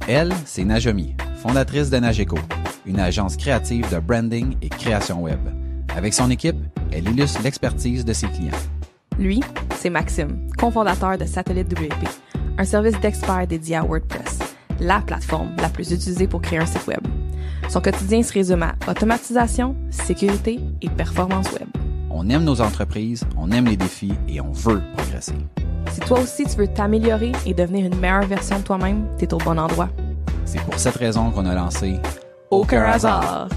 Elle, c'est Najomi, fondatrice de Nageco, une agence créative de branding et création web. Avec son équipe, elle illustre l'expertise de ses clients. Lui, c'est Maxime, cofondateur de Satellite WP, un service d'experts dédié à WordPress, la plateforme la plus utilisée pour créer un site web. Son quotidien se résume à automatisation, sécurité et performance web. On aime nos entreprises, on aime les défis et on veut progresser. Si toi aussi tu veux t'améliorer et devenir une meilleure version de toi-même, t'es au bon endroit. C'est pour cette raison qu'on a lancé Aucun hasard.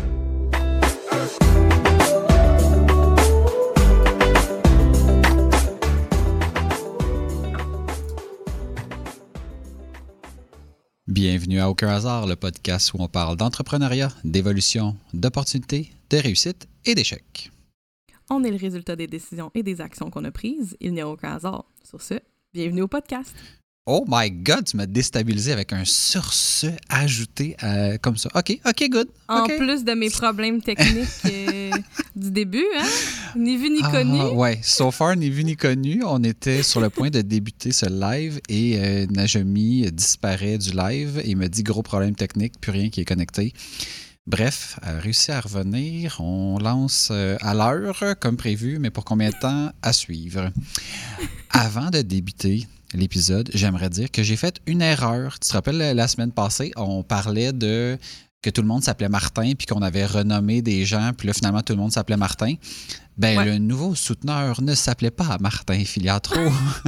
Bienvenue à Aucun hasard, le podcast où on parle d'entrepreneuriat, d'évolution, d'opportunités, de réussite et d'échecs. On est le résultat des décisions et des actions qu'on a prises. Il n'y a aucun hasard. Sur ce, bienvenue au podcast. Oh my God, tu m'as déstabilisé avec un sur ce ajouté comme ça. OK, good. En OK. plus de mes problèmes techniques du début, hein? Ni vu ni connu. Ouais, so far, ni vu ni connu. On était sur le point de débuter ce live et Najomi disparaît du live et me dit gros problème technique, plus rien qui est connecté. Bref, réussi à revenir. On lance à l'heure, comme prévu, mais pour combien de temps? À suivre. Avant de débuter l'épisode, j'aimerais dire que j'ai fait une erreur. Tu te rappelles, la semaine passée, on parlait de que tout le monde s'appelait Martin puis qu'on avait renommé des gens, puis là, finalement, tout le monde s'appelait Martin. Ben, Ouais. Le nouveau souteneur ne s'appelait pas Martin Filiatro.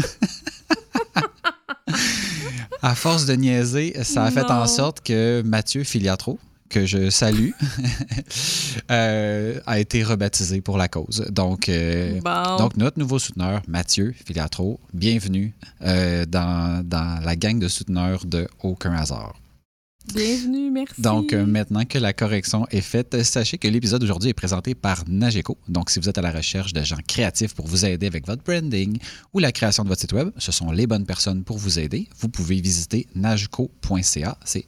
À force de niaiser, ça a fait en Non. sorte que Mathieu Filiatro, que je salue, a été rebaptisé pour la cause. Donc, notre nouveau souteneur, Mathieu Filiatro, bienvenue dans la gang de souteneurs de Aucun hasard. Bienvenue, merci. Donc, maintenant que la correction est faite, sachez que l'épisode d'aujourd'hui est présenté par Nageco. Donc, si vous êtes à la recherche de gens créatifs pour vous aider avec votre branding ou la création de votre site web, ce sont les bonnes personnes pour vous aider. Vous pouvez visiter nageco.ca, c'est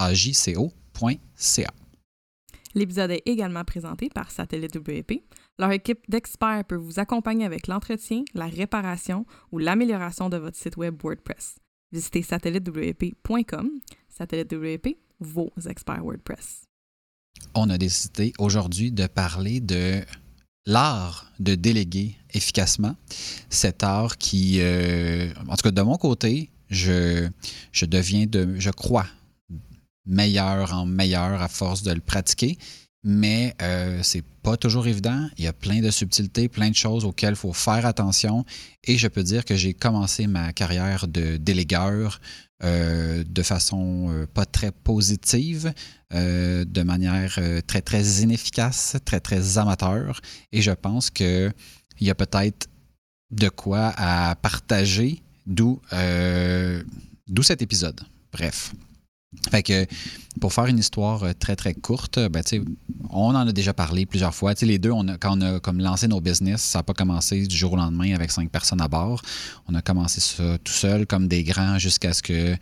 najco.ca. L'épisode est également présenté par Satellite WP. Leur équipe d'experts peut vous accompagner avec l'entretien, la réparation ou l'amélioration de votre site web WordPress. Visitez satellitewp.com. Satellite WP, vos experts WordPress. On a décidé aujourd'hui de parler de l'art de déléguer efficacement. Cet art qui, en tout cas de mon côté, je deviens, je crois, meilleur en meilleur à force de le pratiquer, mais c'est pas toujours évident. Il y a plein de subtilités, plein de choses auxquelles il faut faire attention et je peux dire que j'ai commencé ma carrière de délégueur de façon pas très positive, de manière très, très inefficace, très, très amateur et je pense qu'il y a peut-être de quoi à partager, d'où cet épisode. Bref. Fait que pour faire une histoire très très courte, ben, on en a déjà parlé plusieurs fois. Les deux, quand on a comme lancé nos business, ça n'a pas commencé du jour au lendemain avec 5 personnes à bord. On a commencé ça tout seul comme des grands jusqu'à ce que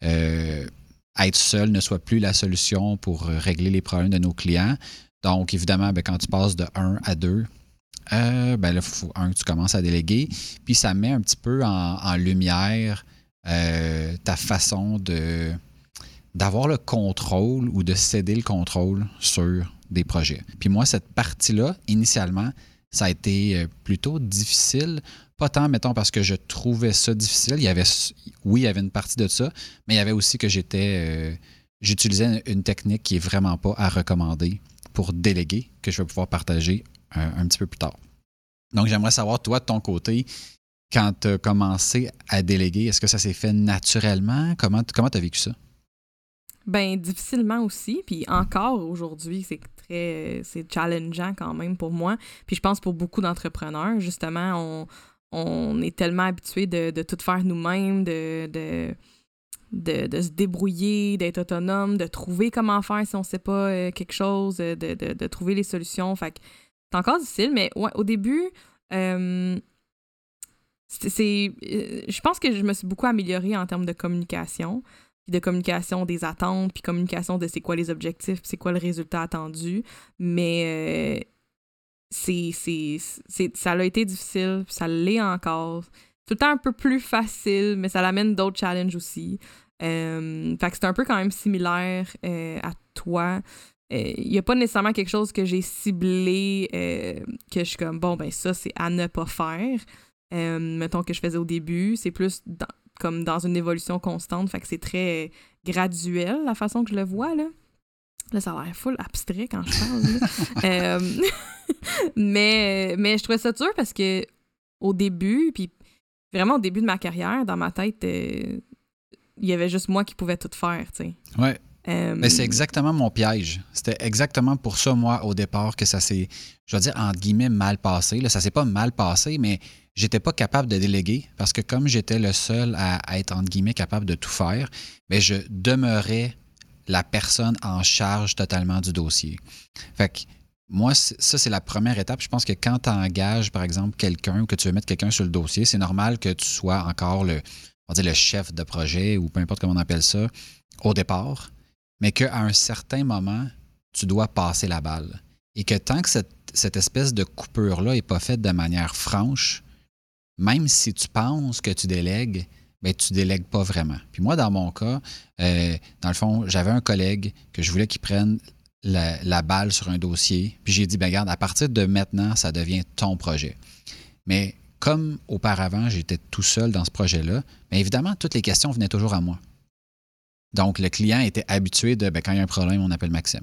être seul ne soit plus la solution pour régler les problèmes de nos clients. Donc évidemment, ben, quand tu passes de 1 à 2, ben là, il faut tu commences à déléguer. Puis ça met un petit peu en lumière ta façon d'avoir le contrôle ou de céder le contrôle sur des projets. Puis moi, cette partie-là, initialement, ça a été plutôt difficile. Pas tant, mettons, parce que je trouvais ça difficile. Il y avait une partie de ça, mais il y avait aussi que j'utilisais une technique qui est vraiment pas à recommander pour déléguer, que je vais pouvoir partager un petit peu plus tard. Donc, j'aimerais savoir, toi, de ton côté, quand tu as commencé à déléguer, est-ce que ça s'est fait naturellement? Comment tu as vécu ça? Ben difficilement aussi, puis encore aujourd'hui, c'est challengeant quand même pour moi. Puis je pense pour beaucoup d'entrepreneurs, justement, on est tellement habitué de tout faire nous-mêmes, de se débrouiller, d'être autonome, de trouver comment faire si on ne sait pas quelque chose, de trouver les solutions. Fait que c'est encore difficile, mais ouais, au début, je pense que je me suis beaucoup améliorée en termes de communication. Puis de communication des attentes, puis communication de c'est quoi les objectifs, puis c'est quoi le résultat attendu. Mais ça a été difficile, puis ça l'est encore. Tout le temps un peu plus facile, mais ça l'amène d'autres challenges aussi. Fait que c'est un peu quand même similaire à toi. Il n'y a pas nécessairement quelque chose que j'ai ciblé que je suis comme, bon, ben ça, c'est à ne pas faire. Mettons que je faisais au début. C'est plus comme dans une évolution constante. Fait que c'est très graduel, la façon que je le vois, là. Là, ça a l'air full abstrait quand je parle. Mais je trouvais ça dur parce que au début, puis vraiment au début de ma carrière, dans ma tête, il y avait juste moi qui pouvais tout faire, tu sais. Ouais. Mais c'est exactement mon piège. C'était exactement pour ça, moi, au départ, que ça s'est, je vais dire, entre guillemets, mal passé. Là, ça s'est pas mal passé, mais j'étais pas capable de déléguer parce que comme j'étais le seul à être, entre guillemets, capable de tout faire, bien, je demeurais la personne en charge totalement du dossier. Fait que moi, ça, c'est la première étape. Je pense que quand tu engages, par exemple, quelqu'un ou que tu veux mettre quelqu'un sur le dossier, c'est normal que tu sois encore on va dire le chef de projet ou peu importe comment on appelle ça au départ, mais qu'à un certain moment, tu dois passer la balle. Et que tant que cette espèce de coupure-là n'est pas faite de manière franche, même si tu penses que tu délègues, bien, tu ne délègues pas vraiment. Puis moi, dans mon cas, dans le fond, j'avais un collègue que je voulais qu'il prenne la balle sur un dossier. Puis j'ai dit, bien, regarde, à partir de maintenant, ça devient ton projet. Mais comme auparavant, j'étais tout seul dans ce projet-là, bien évidemment, toutes les questions venaient toujours à moi. Donc, le client était habitué de, bien, quand il y a un problème, on appelle Maxime.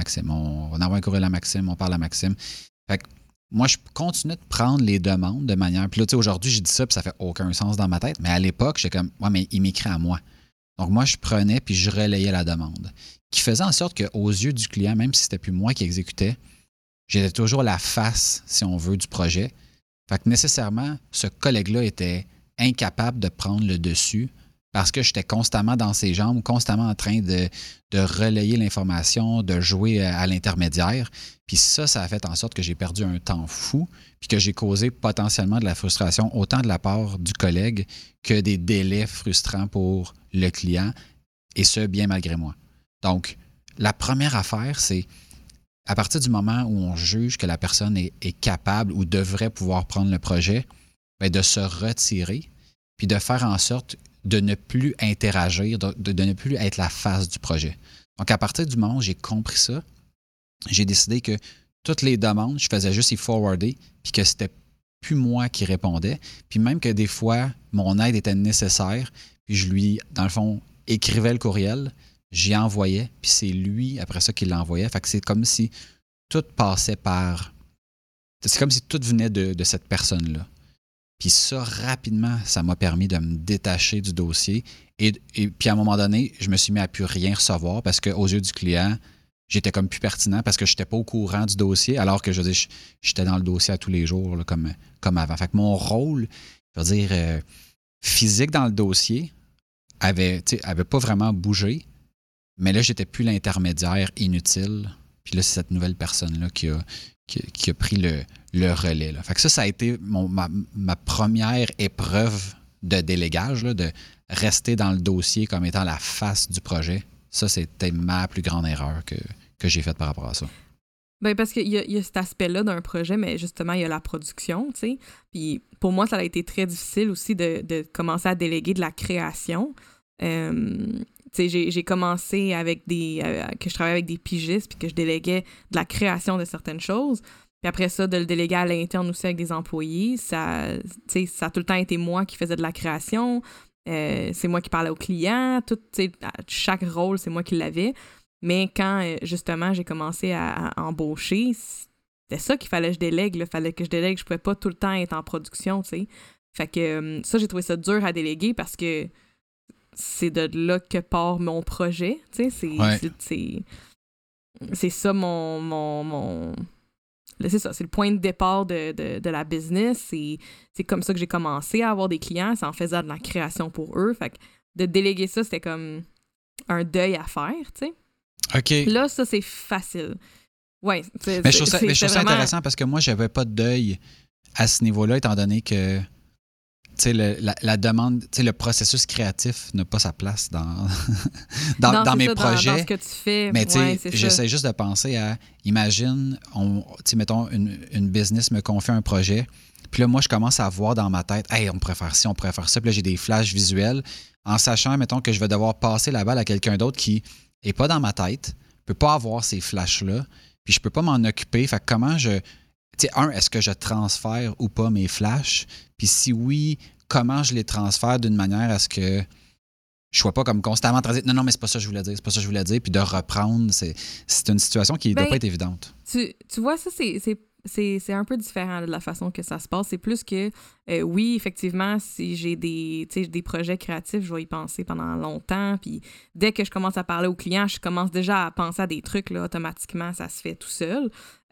On envoie un courriel à Maxime, on parle à Maxime. Fait que moi, je continuais de prendre les demandes de manière. Puis là, tu sais, aujourd'hui, j'ai dit ça, puis ça fait aucun sens dans ma tête. Mais à l'époque, j'étais comme, ouais, mais il m'écrit à moi. Donc, moi, je prenais puis je relayais la demande. Qui faisait en sorte qu'aux yeux du client, même si c'était plus moi qui exécutais, j'étais toujours la face, si on veut, du projet. Fait que nécessairement, ce collègue-là était incapable de prendre le dessus parce que j'étais constamment dans ses jambes, constamment en train de relayer l'information, de jouer à l'intermédiaire. Puis ça a fait en sorte que j'ai perdu un temps fou puis que j'ai causé potentiellement de la frustration autant de la part du collègue que des délais frustrants pour le client, et ce, bien malgré moi. Donc, la première affaire, c'est à partir du moment où on juge que la personne est capable ou devrait pouvoir prendre le projet, bien, de se retirer puis de faire en sorte de ne plus interagir, de ne plus être la face du projet. Donc, à partir du moment où j'ai compris ça, j'ai décidé que toutes les demandes, je faisais juste y forwarder puis que c'était plus moi qui répondais. Puis même que des fois, mon aide était nécessaire, puis je lui, dans le fond, écrivais le courriel, j'y envoyais, puis c'est lui, après ça, qui l'envoyait. Fait que c'est comme si tout passait par... C'est comme si tout venait de cette personne-là. Puis ça, rapidement, ça m'a permis de me détacher du dossier. Et puis à un moment donné, je me suis mis à plus rien recevoir parce qu'aux yeux du client, j'étais comme plus pertinent parce que je n'étais pas au courant du dossier, alors que j'étais dans le dossier à tous les jours, là, comme avant. Fait que mon rôle, je veux dire, physique dans le dossier avait pas vraiment bougé, mais là, j'étais plus l'intermédiaire inutile. Puis là, c'est cette nouvelle personne-là qui a pris le relais. Là. Fait que ça a été ma première épreuve de délégage, là, de rester dans le dossier comme étant la face du projet. Ça, c'était ma plus grande erreur que j'ai faite par rapport à ça. Bien, parce qu'il y a cet aspect-là d'un projet, mais justement, il y a la production, tu sais. Puis pour moi, ça a été très difficile aussi de commencer à déléguer de la création. Tu sais, j'ai commencé avec que je travaillais avec des pigistes puis que je déléguais de la création de certaines choses. Puis après ça, de le déléguer à l'interne aussi avec des employés, ça a tout le temps été moi qui faisais de la création. C'est moi qui parlais aux clients. Chaque rôle, c'est moi qui l'avais. Mais quand, justement, j'ai commencé à embaucher, c'était ça qu'il fallait que je délègue. Il fallait que je délègue. Je pouvais pas tout le temps être en production, tu sais. Fait que ça, j'ai trouvé ça dur à déléguer parce que c'est de là que part mon projet, tu sais. C'est ça mon c'est ça, c'est le point de départ de la business. C'est comme ça que j'ai commencé à avoir des clients. C'est en faisant de la création pour eux. Fait que de déléguer ça, c'était comme un deuil à faire, tu sais. OK. Là, ça, c'est facile. Ouais. Mais je trouve ça vraiment intéressant parce que moi, j'avais pas de deuil à ce niveau-là, étant donné que la demande, le processus créatif n'a pas sa place dans mes projets. Dans ce que tu fais. Mais j'essaie juste de penser à, imagine, mettons, une business me confie un projet, puis là, moi, je commence à voir dans ma tête, hey, on pourrait faire ci, on pourrait faire ça, puis là, j'ai des flashs visuels. en sachant, mettons, que je vais devoir passer la balle à quelqu'un d'autre qui n'est pas dans ma tête, ne peut pas avoir ces flashs-là, puis je ne peux pas m'en occuper. Fait que comment je... Tu sais, est-ce que je transfère ou pas mes flashs? Puis si oui, comment je les transfère d'une manière à ce que je ne sois pas comme constamment en train de dire « Non, mais c'est pas ça que je voulais dire, c'est pas ça que je voulais dire », puis de reprendre, c'est une situation qui ne doit pas être évidente. Tu vois, ça, c'est un peu différent de la façon que ça se passe. C'est plus que, oui, effectivement, si j'ai des projets créatifs, je vais y penser pendant longtemps. Puis dès que je commence à parler aux clients, je commence déjà à penser à des trucs, là, automatiquement, ça se fait tout seul.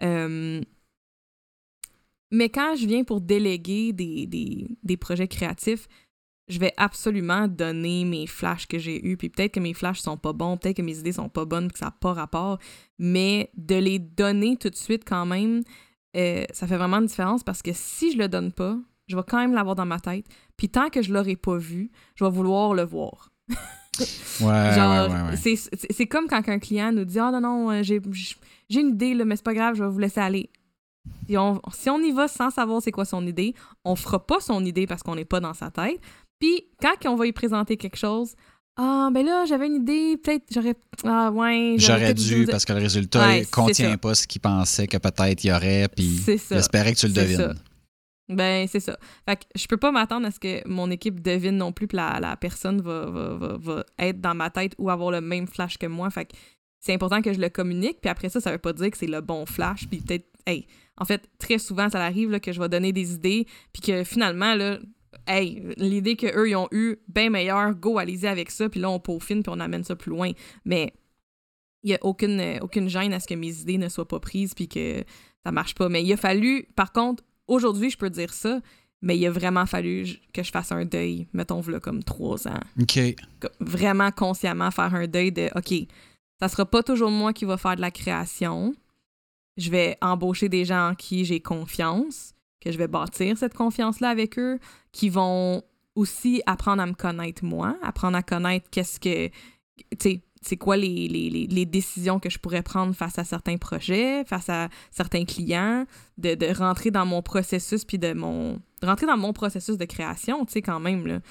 Mais quand je viens pour déléguer des projets créatifs, je vais absolument donner mes flashs que j'ai eus. Puis peut-être que mes flashs sont pas bons, peut-être que mes idées sont pas bonnes, que ça n'a pas rapport. Mais de les donner tout de suite quand même, ça fait vraiment une différence parce que si je le donne pas, je vais quand même l'avoir dans ma tête. Puis tant que je l'aurai pas vu, je vais vouloir le voir. Ouais. C'est comme quand un client nous dit « Ah non, j'ai une idée, là, mais c'est pas grave, je vais vous laisser aller. » Si on y va sans savoir c'est quoi son idée, on fera pas son idée parce qu'on n'est pas dans sa tête. Puis, quand on va y présenter quelque chose, ah, ben là, j'avais une idée, peut-être j'aurais... Ah, ouais... J'aurais dû, parce que le résultat ne contient pas ce qu'il pensait que peut-être il y aurait, puis j'espérais que tu le devines. Ça. Ben, c'est ça. Fait que je peux pas m'attendre à ce que mon équipe devine non plus, puis la personne va être dans ma tête ou avoir le même flash que moi. Fait que c'est important que je le communique, puis après ça veut pas dire que c'est le bon flash, puis peut-être... Hey, en fait, très souvent, ça arrive là, que je vais donner des idées, puis que finalement, là, l'idée qu'eux, ils ont eue, bien meilleure, go, allez-y avec ça, puis là, on peaufine, puis on amène ça plus loin. Mais il n'y a aucune gêne à ce que mes idées ne soient pas prises, puis que ça marche pas. Mais il a fallu, par contre, aujourd'hui, je peux dire ça, mais il a vraiment fallu que je fasse un deuil, mettons, là, comme 3 ans. OK. Vraiment consciemment faire un deuil de, OK, ça sera pas toujours moi qui va faire de la création. Je vais embaucher des gens en qui j'ai confiance, que je vais bâtir cette confiance-là avec eux, qui vont aussi apprendre à me connaître moi, apprendre à connaître qu'est-ce que... Tu sais, c'est quoi les décisions que je pourrais prendre face à certains projets, face à certains clients, de rentrer dans mon processus, puis de rentrer dans mon processus de création, tu sais, quand même, là.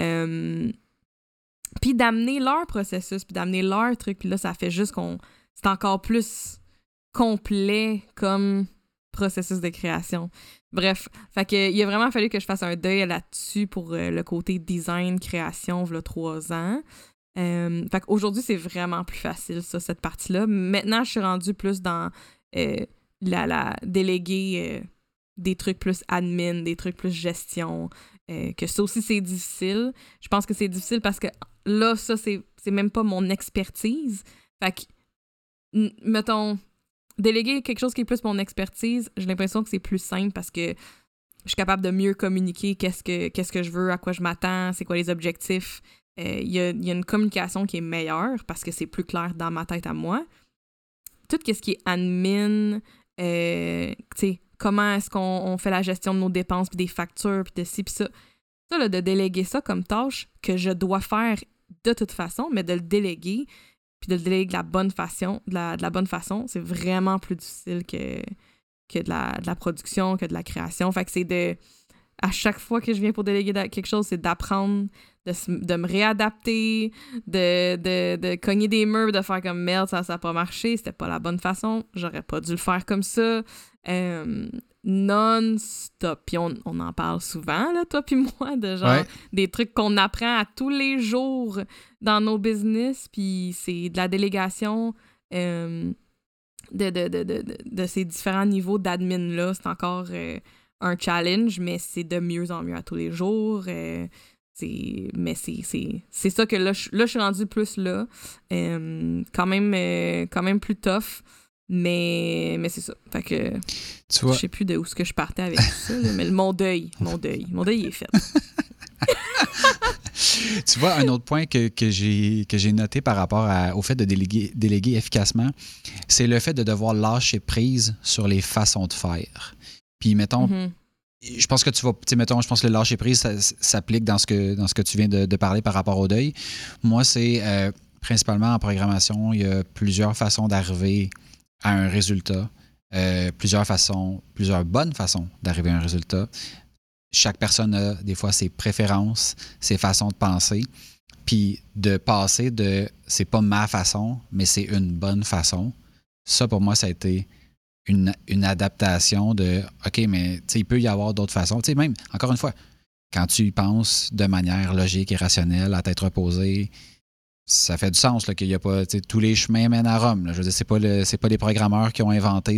Puis d'amener leur processus, puis d'amener leur truc, puis là, ça fait juste c'est encore plus complet comme processus de création. Bref, fait que il a vraiment fallu que je fasse un deuil là-dessus pour le côté design, création, voilà 3 ans. Fait qu'aujourd'hui, c'est vraiment plus facile, ça, cette partie-là. Maintenant, je suis rendue plus dans la déléguer des trucs plus admin, des trucs plus gestion, que ça aussi, c'est difficile. Je pense que c'est difficile parce que là, ça, c'est même pas mon expertise. Fait que, mettons, déléguer quelque chose qui est plus mon expertise, j'ai l'impression que c'est plus simple parce que je suis capable de mieux communiquer qu'est-ce que je veux, à quoi je m'attends, c'est quoi les objectifs. Il y a une communication qui est meilleure parce que c'est plus clair dans ma tête à moi. Tout ce qui est admin, tu sais, comment est-ce qu'on fait la gestion de nos dépenses, puis des factures, puis de ci, puis ça. Ça, là, de déléguer ça comme tâche que je dois faire de toute façon, mais de le déléguer, puis de le déléguer de la bonne façon, de la bonne façon, c'est vraiment plus difficile que de la production, que de la création. Fait que c'est à chaque fois que je viens pour déléguer quelque chose, c'est d'apprendre, de me réadapter, de cogner des murs, de faire comme merde, ça n'a pas marché, c'était pas la bonne façon, j'aurais pas dû le faire comme ça. Non-stop. Puis on en parle souvent, là, toi puis moi, de genre des trucs qu'on apprend à tous les jours dans nos business, puis c'est de la délégation de ces différents niveaux d'admin-là. C'est encore un challenge, mais c'est de mieux en mieux à tous les jours. C'est ça que là, je suis rendue plus là. Quand même plus tough. Mais c'est ça. Fait que je sais plus de où ce que je partais avec ça, là, mais mon deuil est fait. Tu vois, un autre point que j'ai noté par rapport au fait de déléguer efficacement, c'est le fait de devoir lâcher prise sur les façons de faire. Puis, mettons, je pense que je pense que le lâcher prise, ça s'applique dans ce que tu viens de parler par rapport au deuil. Moi, c'est principalement en programmation, il y a plusieurs façons d'arriver à un résultat, plusieurs bonnes façons d'arriver à un résultat. Chaque personne a des fois ses préférences, ses façons de penser. Puis de passer de c'est pas ma façon, mais c'est une bonne façon, ça pour moi, ça a été une adaptation de OK, mais il peut y avoir d'autres façons. Tu sais, même, encore une fois, quand tu y penses de manière logique et rationnelle, à tête reposée, ça fait du sens là, qu'il n'y a pas tous les chemins mènent à Rome. Là. Je veux dire, c'est pas les programmeurs qui ont inventé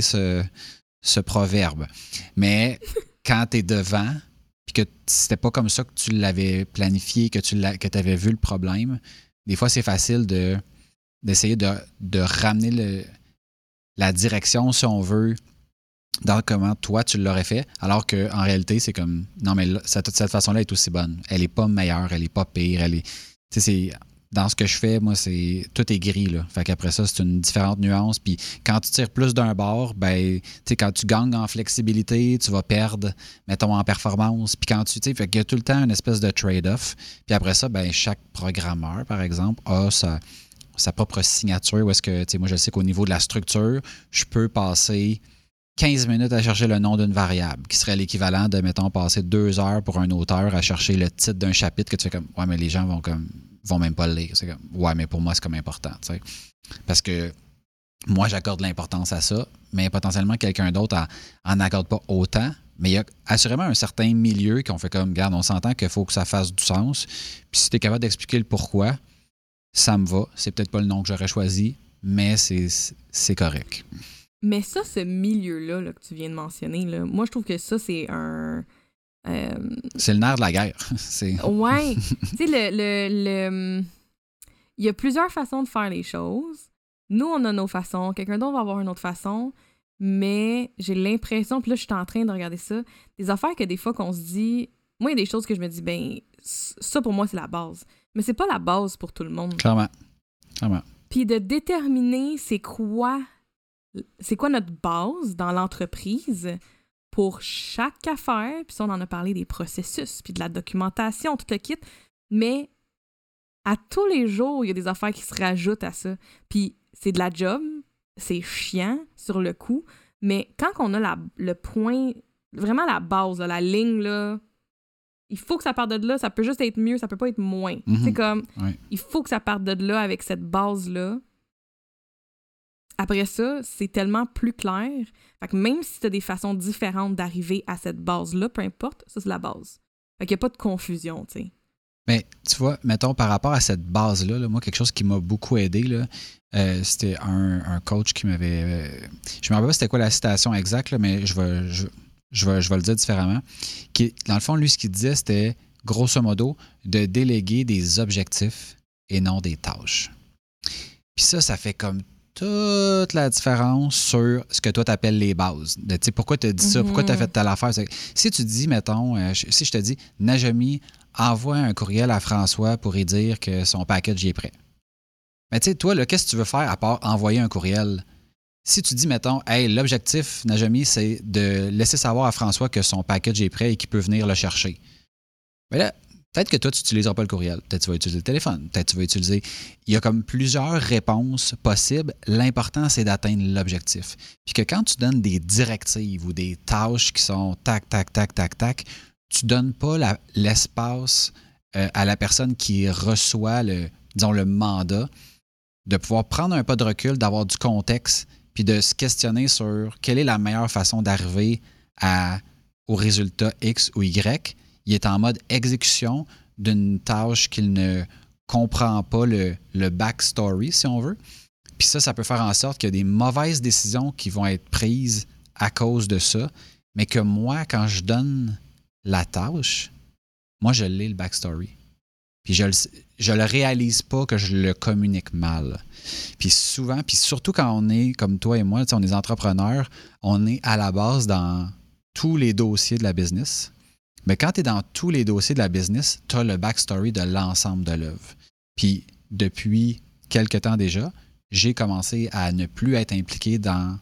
ce proverbe. Mais quand tu es devant, puis que c'était pas comme ça que tu l'avais planifié, que tu avais vu le problème, des fois, c'est facile d'essayer de ramener la direction, si on veut, dans comment toi, tu l'aurais fait, alors qu'en réalité, c'est comme, non, mais là, cette façon-là est aussi bonne. Elle n'est pas meilleure, elle n'est pas pire, elle est... Tu sais, dans ce que je fais, moi, tout est gris, là. Fait qu'après ça, c'est une différente nuance. Puis quand tu tires plus d'un bord, ben, tu sais, quand tu gagnes en flexibilité, tu vas perdre, mettons, en performance. Puis quand tu sais, fait qu'il y a tout le temps une espèce de trade-off. Puis après ça, ben, chaque programmeur, par exemple, a sa propre signature où est-ce que, tu sais, moi, je sais qu'au niveau de la structure, je peux passer 15 minutes à chercher le nom d'une variable, qui serait l'équivalent de, mettons, passer 2 heures pour un auteur à chercher le titre d'un chapitre que tu fais comme, ouais, mais les gens vont même pas le lire. C'est comme, ouais, mais pour moi, c'est comme important, tu sais. Parce que moi, j'accorde l'importance à ça, mais potentiellement, quelqu'un d'autre en accorde pas autant. Mais il y a assurément un certain milieu qu'on fait comme, regarde, on s'entend qu'il faut que ça fasse du sens. Puis si tu es capable d'expliquer le pourquoi, ça me va. C'est peut-être pas le nom que j'aurais choisi, mais c'est correct. Mais ça, ce milieu-là là, que tu viens de mentionner, là, moi, je trouve que ça, c'est un... C'est le nerf de la guerre. Ouais. Tu sais, il y a plusieurs façons de faire les choses. Nous, on a nos façons. Quelqu'un d'autre va avoir une autre façon. Mais j'ai l'impression, puis là, je suis en train de regarder ça, des affaires que des fois qu'on se dit... Moi, il y a des choses que je me dis, ben, ça, pour moi, c'est la base. Mais c'est pas la base pour tout le monde. Clairement. Puis de déterminer c'est quoi notre base dans l'entreprise pour chaque affaire. Puis ça, on en a parlé des processus, puis de la documentation, tout le kit. Mais à tous les jours, il y a des affaires qui se rajoutent à ça. Puis c'est de la job, c'est chiant sur le coup. Mais quand on a le point, vraiment la base, là, la ligne, là, il faut que ça parte de là. Ça peut juste être mieux, ça peut pas être moins. Mm-hmm. C'est comme, ouais. Il faut que ça parte de là avec cette base-là. Après ça, c'est tellement plus clair. Fait que même si tu as des façons différentes d'arriver à cette base-là, peu importe, ça, c'est la base. Fait qu'il n'y a pas de confusion, tu sais. Mais tu vois, mettons, par rapport à cette base-là, là, moi, quelque chose qui m'a beaucoup aidé, là, c'était un coach qui m'avait... je me rappelle pas c'était quoi la citation exacte, là, mais je vais le dire différemment. Dans le fond, lui, ce qu'il disait, c'était, grosso modo, de déléguer des objectifs et non des tâches. Puis ça fait comme toute la différence sur ce que toi t'appelles les bases. Pourquoi tu as dit ça? Pourquoi tu as fait telle affaire? Si tu dis, mettons, si je te dis, Najami, envoie un courriel à François pour lui dire que son package est prêt. Mais tu sais, toi, là, qu'est-ce que tu veux faire à part envoyer un courriel? Si tu dis, mettons, hey, l'objectif, Najami, c'est de laisser savoir à François que son package est prêt et qu'il peut venir le chercher. Mais là, peut-être que toi, tu n'utiliseras pas le courriel. Peut-être que tu vas utiliser le téléphone. Peut-être que tu vas utiliser... Il y a comme plusieurs réponses possibles. L'important, c'est d'atteindre l'objectif. Puis que quand tu donnes des directives ou des tâches qui sont tac, tac, tac, tac, tac, tu ne donnes pas l'espace à la personne qui reçoit le mandat de pouvoir prendre un pas de recul, d'avoir du contexte, puis de se questionner sur quelle est la meilleure façon d'arriver au résultat X ou Y. Il est en mode exécution d'une tâche qu'il ne comprend pas le backstory, si on veut. Puis ça peut faire en sorte qu'il y a des mauvaises décisions qui vont être prises à cause de ça, mais que moi, quand je donne la tâche, moi, je l'ai le backstory. Puis je le réalise pas que je le communique mal. Puis souvent, puis surtout quand on est, comme toi et moi, on est entrepreneurs, on est à la base dans tous les dossiers de la business. Mais quand tu es dans tous les dossiers de la business, tu as le backstory de l'ensemble de l'œuvre. Puis depuis quelque temps déjà, j'ai commencé à ne plus être impliqué dans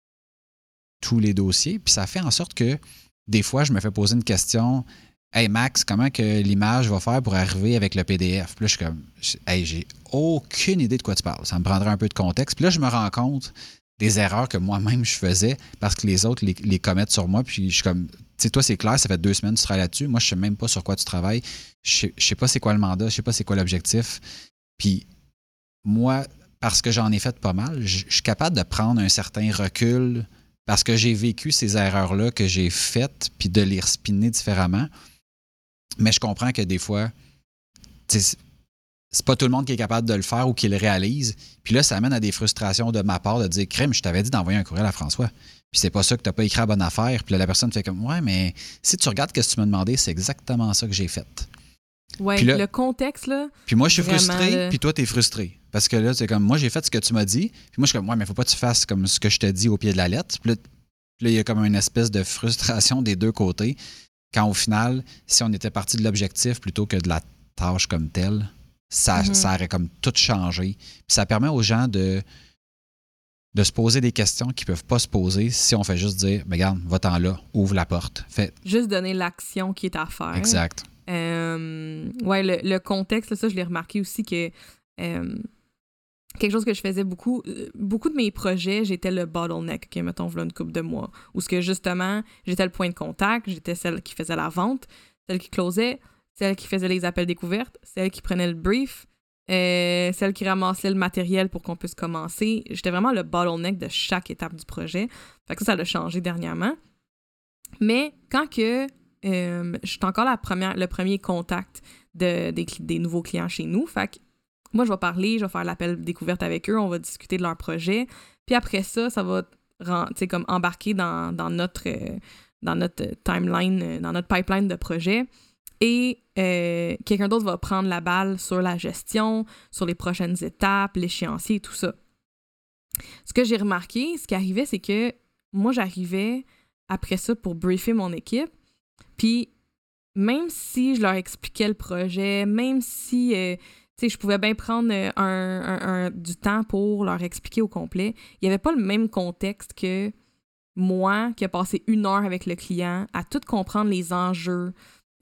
tous les dossiers. Puis ça fait en sorte que des fois, je me fais poser une question. Hey Max, comment que l'image va faire pour arriver avec le PDF? Puis là, je suis comme, hey, j'ai aucune idée de quoi tu parles. Ça me prendrait un peu de contexte. Puis là, je me rends compte des erreurs que moi-même je faisais parce que les autres les commettent sur moi. Puis je suis comme, tu sais, toi, c'est clair, ça fait 2 semaines que tu travailles là-dessus. Moi, je sais même pas sur quoi tu travailles. Je sais pas c'est quoi le mandat, je sais pas c'est quoi l'objectif. Puis moi, parce que j'en ai fait pas mal, je suis capable de prendre un certain recul parce que j'ai vécu ces erreurs-là que j'ai faites puis de les respinner différemment. Mais je comprends que des fois, c'est pas tout le monde qui est capable de le faire ou qui le réalise. Puis là, ça amène à des frustrations de ma part de dire « Crème, je t'avais dit d'envoyer un courriel à François. Puis c'est pas ça que t'as pas écrit à bonne affaire. » Puis là, la personne fait comme « Ouais, mais si tu regardes ce que tu m'as demandé, c'est exactement ça que j'ai fait. » Ouais, Puis là, le contexte, là... Puis moi, je suis vraiment, frustré, là... puis toi, t'es frustré. Parce que là, c'est comme, moi, j'ai fait ce que tu m'as dit. Puis moi, je suis comme, ouais, mais faut pas que tu fasses comme ce que je te dis au pied de la lettre. Puis là, il y a comme une espèce de frustration des deux côtés. Quand au final, si on était parti de l'objectif plutôt que de la tâche comme telle, ça aurait comme tout changé. Puis ça permet aux gens de se poser des questions qu'ils peuvent pas se poser si on fait juste dire, ben, regarde, va-t'en là, ouvre la porte. Juste donner l'action qui est à faire. Exact. Ouais, le contexte, là, ça, je l'ai remarqué aussi que quelque chose que je faisais beaucoup de mes projets, j'étais le bottleneck, OK, mettons, voilà une couple de mois, où ce que justement, j'étais le point de contact, j'étais celle qui faisait la vente, celle qui closait, celle qui faisait les appels découvertes, celle qui prenait le brief, celle qui ramassait le matériel pour qu'on puisse commencer. J'étais vraiment le bottleneck de chaque étape du projet. Fait que ça l'a changé dernièrement. Mais quand que je suis encore le premier contact des nouveaux clients chez nous, fait que moi, je vais parler, je vais faire l'appel découverte avec eux, on va discuter de leur projet. Puis après ça va comme embarquer dans notre timeline, dans notre pipeline de projet. Et quelqu'un d'autre va prendre la balle sur la gestion, sur les prochaines étapes, l'échéancier et tout ça. Ce que j'ai remarqué, ce qui arrivait, c'est que moi, j'arrivais après ça pour briefer mon équipe. Puis même si je leur expliquais le projet, même si je pouvais bien prendre du temps pour leur expliquer au complet, il n'y avait pas le même contexte que moi qui a passé 1 heure avec le client à tout comprendre les enjeux,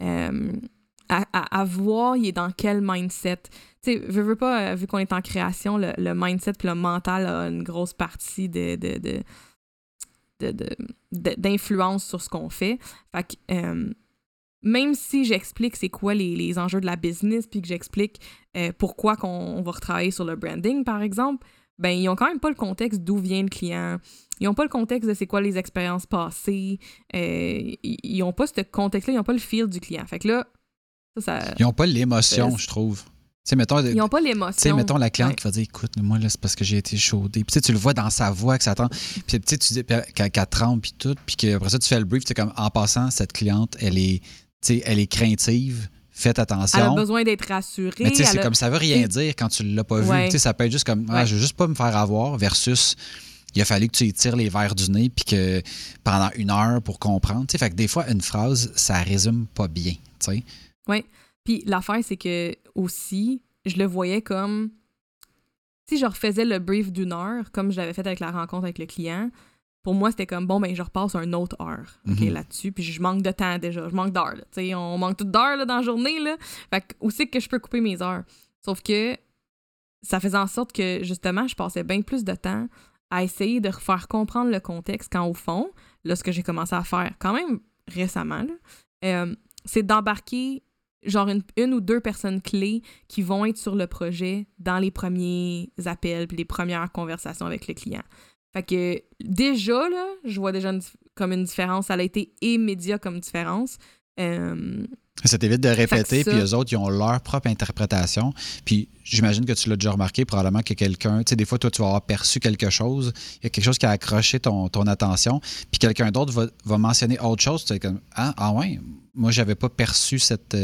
à voir il est dans quel mindset. Tu sais, veux pas, vu qu'on est en création, le mindset puis le mental a une grosse partie d'influence sur ce qu'on fait. Fait que même si j'explique c'est quoi les enjeux de la business puis que j'explique pourquoi qu'on va retravailler sur le branding, par exemple, ben ils ont quand même pas le contexte d'où vient le client. Ils ont pas le contexte de c'est quoi les expériences passées. Ils ont pas ce contexte-là, ils ont pas le feel du client. Fait que là, ça ils ont pas l'émotion, je trouve. Mettons, ils n'ont pas l'émotion. Mettons la cliente qui va dire écoute, moi, là, c'est parce que j'ai été chaudée. Puis tu le vois dans sa voix que ça tremble. Puis tu dis qu'elle tremble, puis tout. Puis qu'après ça, tu fais le brief. Comme en passant, cette cliente, elle est craintive. Faites attention. Elle a besoin d'être rassurée. Mais c'est comme ça veut rien dire quand tu ne l'as pas vu. Ça peut être juste comme je veux juste pas me faire avoir versus il a fallu que tu y tires les verres du nez puis que pendant 1 heure pour comprendre. Fait que des fois, une phrase, ça résume pas bien. Oui. Puis l'affaire, c'est que aussi, je le voyais comme si je refaisais le brief d'1 heure, comme je l'avais fait avec la rencontre avec le client. Pour moi, c'était comme, bon, ben je repasse 1 autre heure là-dessus. Puis je manque de temps déjà, je manque d'heures. On manque tout d'heures là, dans la journée. Là. Fait que aussi que je peux couper mes heures. Sauf que ça faisait en sorte que, justement, je passais bien plus de temps à essayer de faire comprendre le contexte quand, au fond, là, ce que j'ai commencé à faire quand même récemment, là, c'est d'embarquer genre une ou 2 personnes clés qui vont être sur le projet dans les premiers appels puis les premières conversations avec le client. Fait que déjà, là, je vois déjà comme une différence. Ça a été immédiat comme différence. Ça t'évite de répéter, puis eux autres, ils ont leur propre interprétation. Puis j'imagine que tu l'as déjà remarqué, probablement que quelqu'un, tu sais, des fois, toi, tu vas avoir perçu quelque chose, il y a quelque chose qui a accroché ton attention, puis quelqu'un d'autre va mentionner autre chose, tu es comme, ah ouais, moi, j'avais pas perçu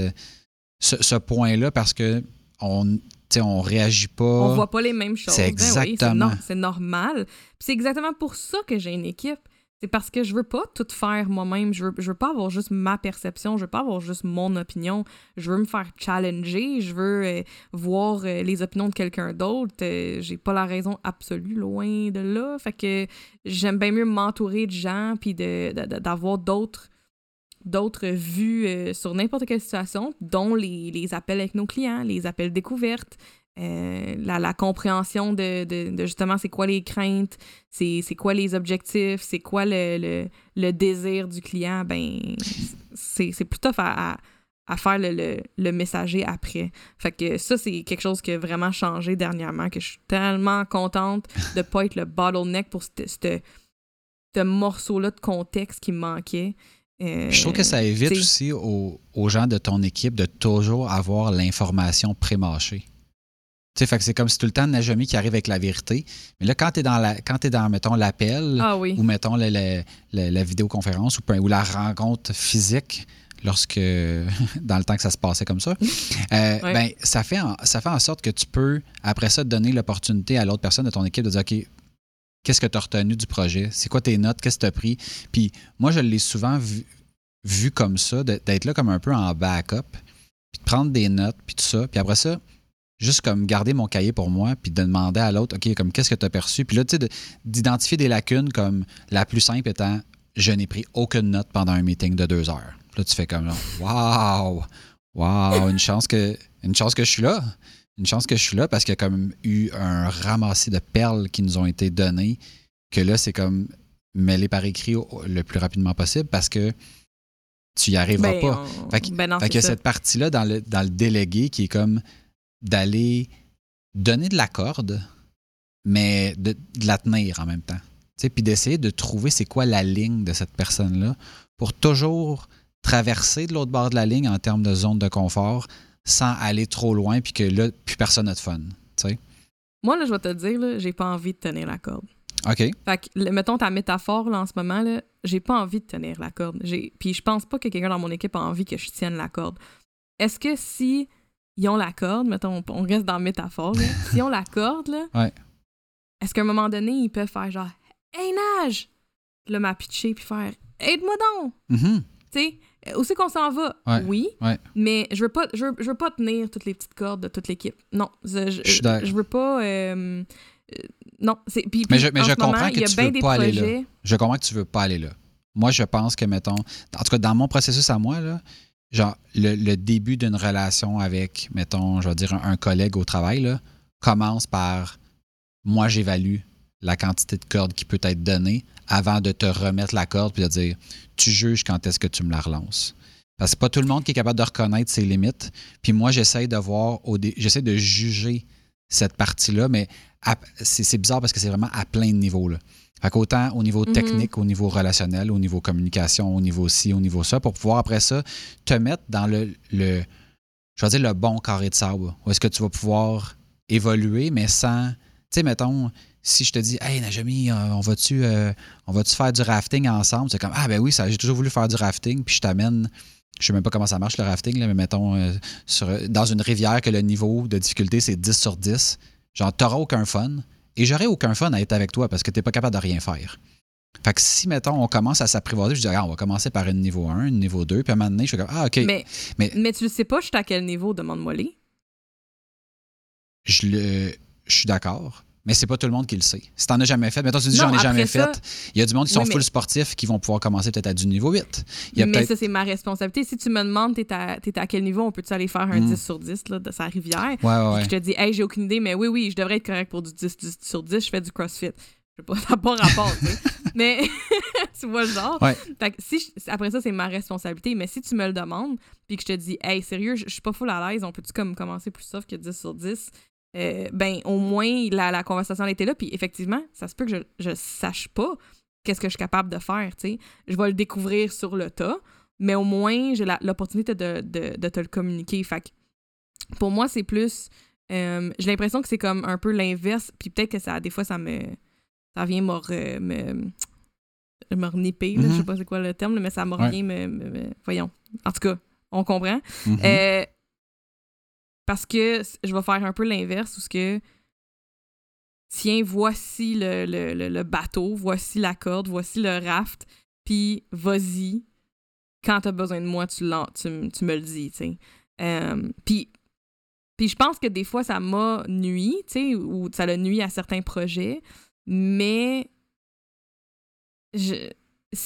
ce point-là parce que on réagit pas. On voit pas les mêmes choses. C'est exactement. Oui, c'est normal. Puis c'est exactement pour ça que j'ai une équipe. C'est parce que je veux pas tout faire moi-même. Je veux pas avoir juste ma perception. Je veux pas avoir juste mon opinion. Je veux me faire challenger. Je veux voir les opinions de quelqu'un d'autre. J'ai pas la raison absolue, loin de là. Fait que j'aime bien mieux m'entourer de gens puis d'avoir d'autres vues sur n'importe quelle situation, dont les appels avec nos clients, les appels découvertes, la compréhension de justement c'est quoi les craintes, c'est quoi les objectifs, c'est quoi le désir du client, ben c'est plus tough à faire le messager après. Fait que ça, c'est quelque chose qui a vraiment changé dernièrement, que je suis tellement contente de pas être le bottleneck pour ce morceau-là de contexte qui me manquait. Je trouve que ça évite aussi aux gens de ton équipe de toujours avoir l'information pré-mâchée. Tu sais, fait que c'est comme si tout le temps Najami qui arrive avec la vérité. Mais là, quand tu es dans, mettons, l'appel ou, mettons, la vidéoconférence ou la rencontre physique, lorsque dans le temps que ça se passait comme ça, ben, ça fait en sorte que tu peux, après ça, donner l'opportunité à l'autre personne de ton équipe de dire, OK, qu'est-ce que tu as retenu du projet? C'est quoi tes notes? Qu'est-ce que tu as pris? Puis moi, je l'ai souvent vu comme ça, d'être là comme un peu en backup, puis de prendre des notes, puis tout ça. Puis après ça, juste comme garder mon cahier pour moi, puis de demander à l'autre, OK, comme qu'est-ce que tu as perçu? Puis là, tu sais, d'identifier des lacunes comme la plus simple étant, je n'ai pris aucune note pendant un meeting de 2 heures. Là, tu fais comme, wow, une chance que je suis là. Une chance que je suis là parce qu'il y a comme eu un ramassis de perles qui nous ont été données, que là, c'est comme mêler par écrit le plus rapidement possible parce que tu y arriveras pas. Fait que cette partie-là dans le délégué qui est comme d'aller donner de la corde, mais de la tenir en même temps. Puis d'essayer de trouver c'est quoi la ligne de cette personne-là pour toujours traverser de l'autre bord de la ligne en termes de zone de confort sans aller trop loin puis que là, plus personne n'a de fun. T'sais. Moi, là, je vais te dire, là, j'ai pas envie de tenir la corde. OK. Fait que, mettons ta métaphore là, en ce moment, là, j'ai pas envie de tenir la corde. Puis je pense pas que quelqu'un dans mon équipe a envie que je tienne la corde. Est-ce que si ils ont la corde, mettons, on reste dans la métaphore, là, s'ils ont la corde, là, ouais. Est-ce qu'à un moment donné, ils peuvent faire genre « Hey, nage! » Là, m'a pitché puis faire « Aide-moi donc! Mm-hmm. » Tu sais, où c'est qu'on s'en va? Ouais. Oui, ouais. mais je veux pas tenir toutes les petites cordes de toute l'équipe. Non, je veux pas... non, mais je comprends que tu veux pas aller là. Je comprends que tu veux pas aller là. Moi, je pense que, mettons, en tout cas, dans mon processus à moi, là, genre, le début d'une relation avec, mettons, je vais dire un collègue au travail, là, commence par moi, j'évalue la quantité de cordes qui peut être donnée avant de te remettre la corde puis de dire tu juges quand est-ce que tu me la relances. Parce que c'est pas tout le monde qui est capable de reconnaître ses limites. Puis moi, j'essaie de juger cette partie-là, mais c'est bizarre parce que c'est vraiment à plein de niveaux, là. Fait qu'autant au niveau technique, au niveau relationnel, au niveau communication, au niveau ci, au niveau ça, pour pouvoir après ça te mettre dans le je vais dire le bon carré de sable, où est-ce que tu vas pouvoir évoluer, mais sans... Tu sais, mettons, si je te dis « Hey, Najami, on va-tu faire du rafting ensemble? » C'est comme « Ah, ben oui, j'ai toujours voulu faire du rafting. » Puis je t'amène, je sais même pas comment ça marche le rafting, là, mais mettons, dans une rivière que le niveau de difficulté, c'est 10 sur 10. Genre, t'auras aucun fun. Et j'aurai aucun fun à être avec toi parce que t'es pas capable de rien faire. Fait que si, mettons, on commence à s'apprivoiser, je dis, on va commencer par une niveau 1, une niveau 2, puis à un moment donné, je fais comme, ah, OK. Mais tu le sais pas, je suis à quel niveau, demande-moi-les. Je suis d'accord, mais c'est pas tout le monde qui le sait. Si t'en as jamais fait, mettons, tu dis, j'en ai jamais fait, il y a du monde qui sont full sportifs qui vont pouvoir commencer peut-être à du niveau 8. Mais ça, c'est ma responsabilité. Si tu me demandes, t'es à quel niveau, on peut-tu aller faire un 10 sur 10 là, de sa rivière? Ouais. Je te dis, hey, j'ai aucune idée, mais oui, je devrais être correct pour du 10 sur 10, je fais du CrossFit. Je sais pas, ça n'a pas rapport, tu sais. Mais tu vois le genre. Ouais. Fait que après ça, c'est ma responsabilité. Mais si tu me le demandes, puis que je te dis, hey, sérieux, je suis pas full à l'aise, on peut-tu comme commencer plus soft que 10 sur 10? Ben, au moins, la conversation elle était là. Puis effectivement, ça se peut que je sache pas qu'est-ce que je suis capable de faire, tu sais. Je vais le découvrir sur le tas, mais au moins, j'ai l'opportunité de te le communiquer. Fait que pour moi, c'est plus... j'ai l'impression que c'est comme un peu l'inverse. Puis peut-être que des fois, ça vient me renipper, je sais pas c'est quoi le terme, mais ça me revient voyons. En tout cas, on comprend. Parce que je vais faire un peu l'inverse, où ce que tiens, voici le bateau, voici la corde, voici le raft, puis vas-y, quand t'as besoin de moi, tu me le dis, tu sais. Puis je pense que des fois, ça m'a nui, tu sais, ou ça l'a nui à certains projets, mais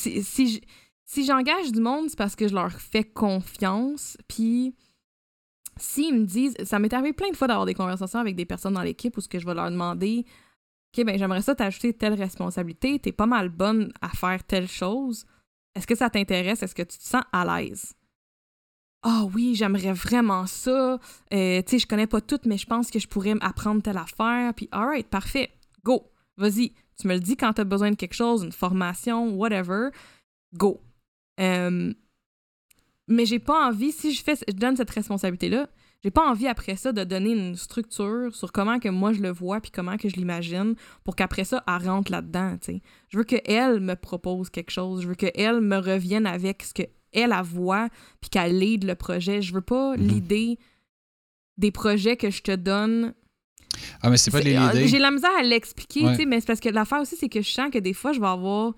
si j'engage du monde, c'est parce que je leur fais confiance, puis s'ils me disent, ça m'est arrivé plein de fois d'avoir des conversations avec des personnes dans l'équipe où ce que je vais leur demander, OK, ben j'aimerais ça t'ajouter telle responsabilité, t'es pas mal bonne à faire telle chose. Est-ce que ça t'intéresse? Est-ce que tu te sens à l'aise? Ah oui, j'aimerais vraiment ça. Tu sais, je connais pas tout, mais je pense que je pourrais apprendre telle affaire. Puis, alright, parfait. Go. Vas-y. Tu me le dis quand t'as besoin de quelque chose, une formation, whatever. Go. Mais j'ai pas envie, si je donne cette responsabilité-là, j'ai pas envie après ça de donner une structure sur comment que moi je le vois puis comment que je l'imagine pour qu'après ça, elle rentre là-dedans, tu sais. Je veux qu'elle me propose quelque chose. Je veux qu'elle me revienne avec ce qu'elle voit puis qu'elle lead le projet. Je veux pas l'idée des projets que je te donne. Ah, mais c'est pas de l'idée. J'ai la misère à l'expliquer, Ouais. tu sais, mais c'est parce que l'affaire aussi, c'est que je sens que des fois, je vais avoir...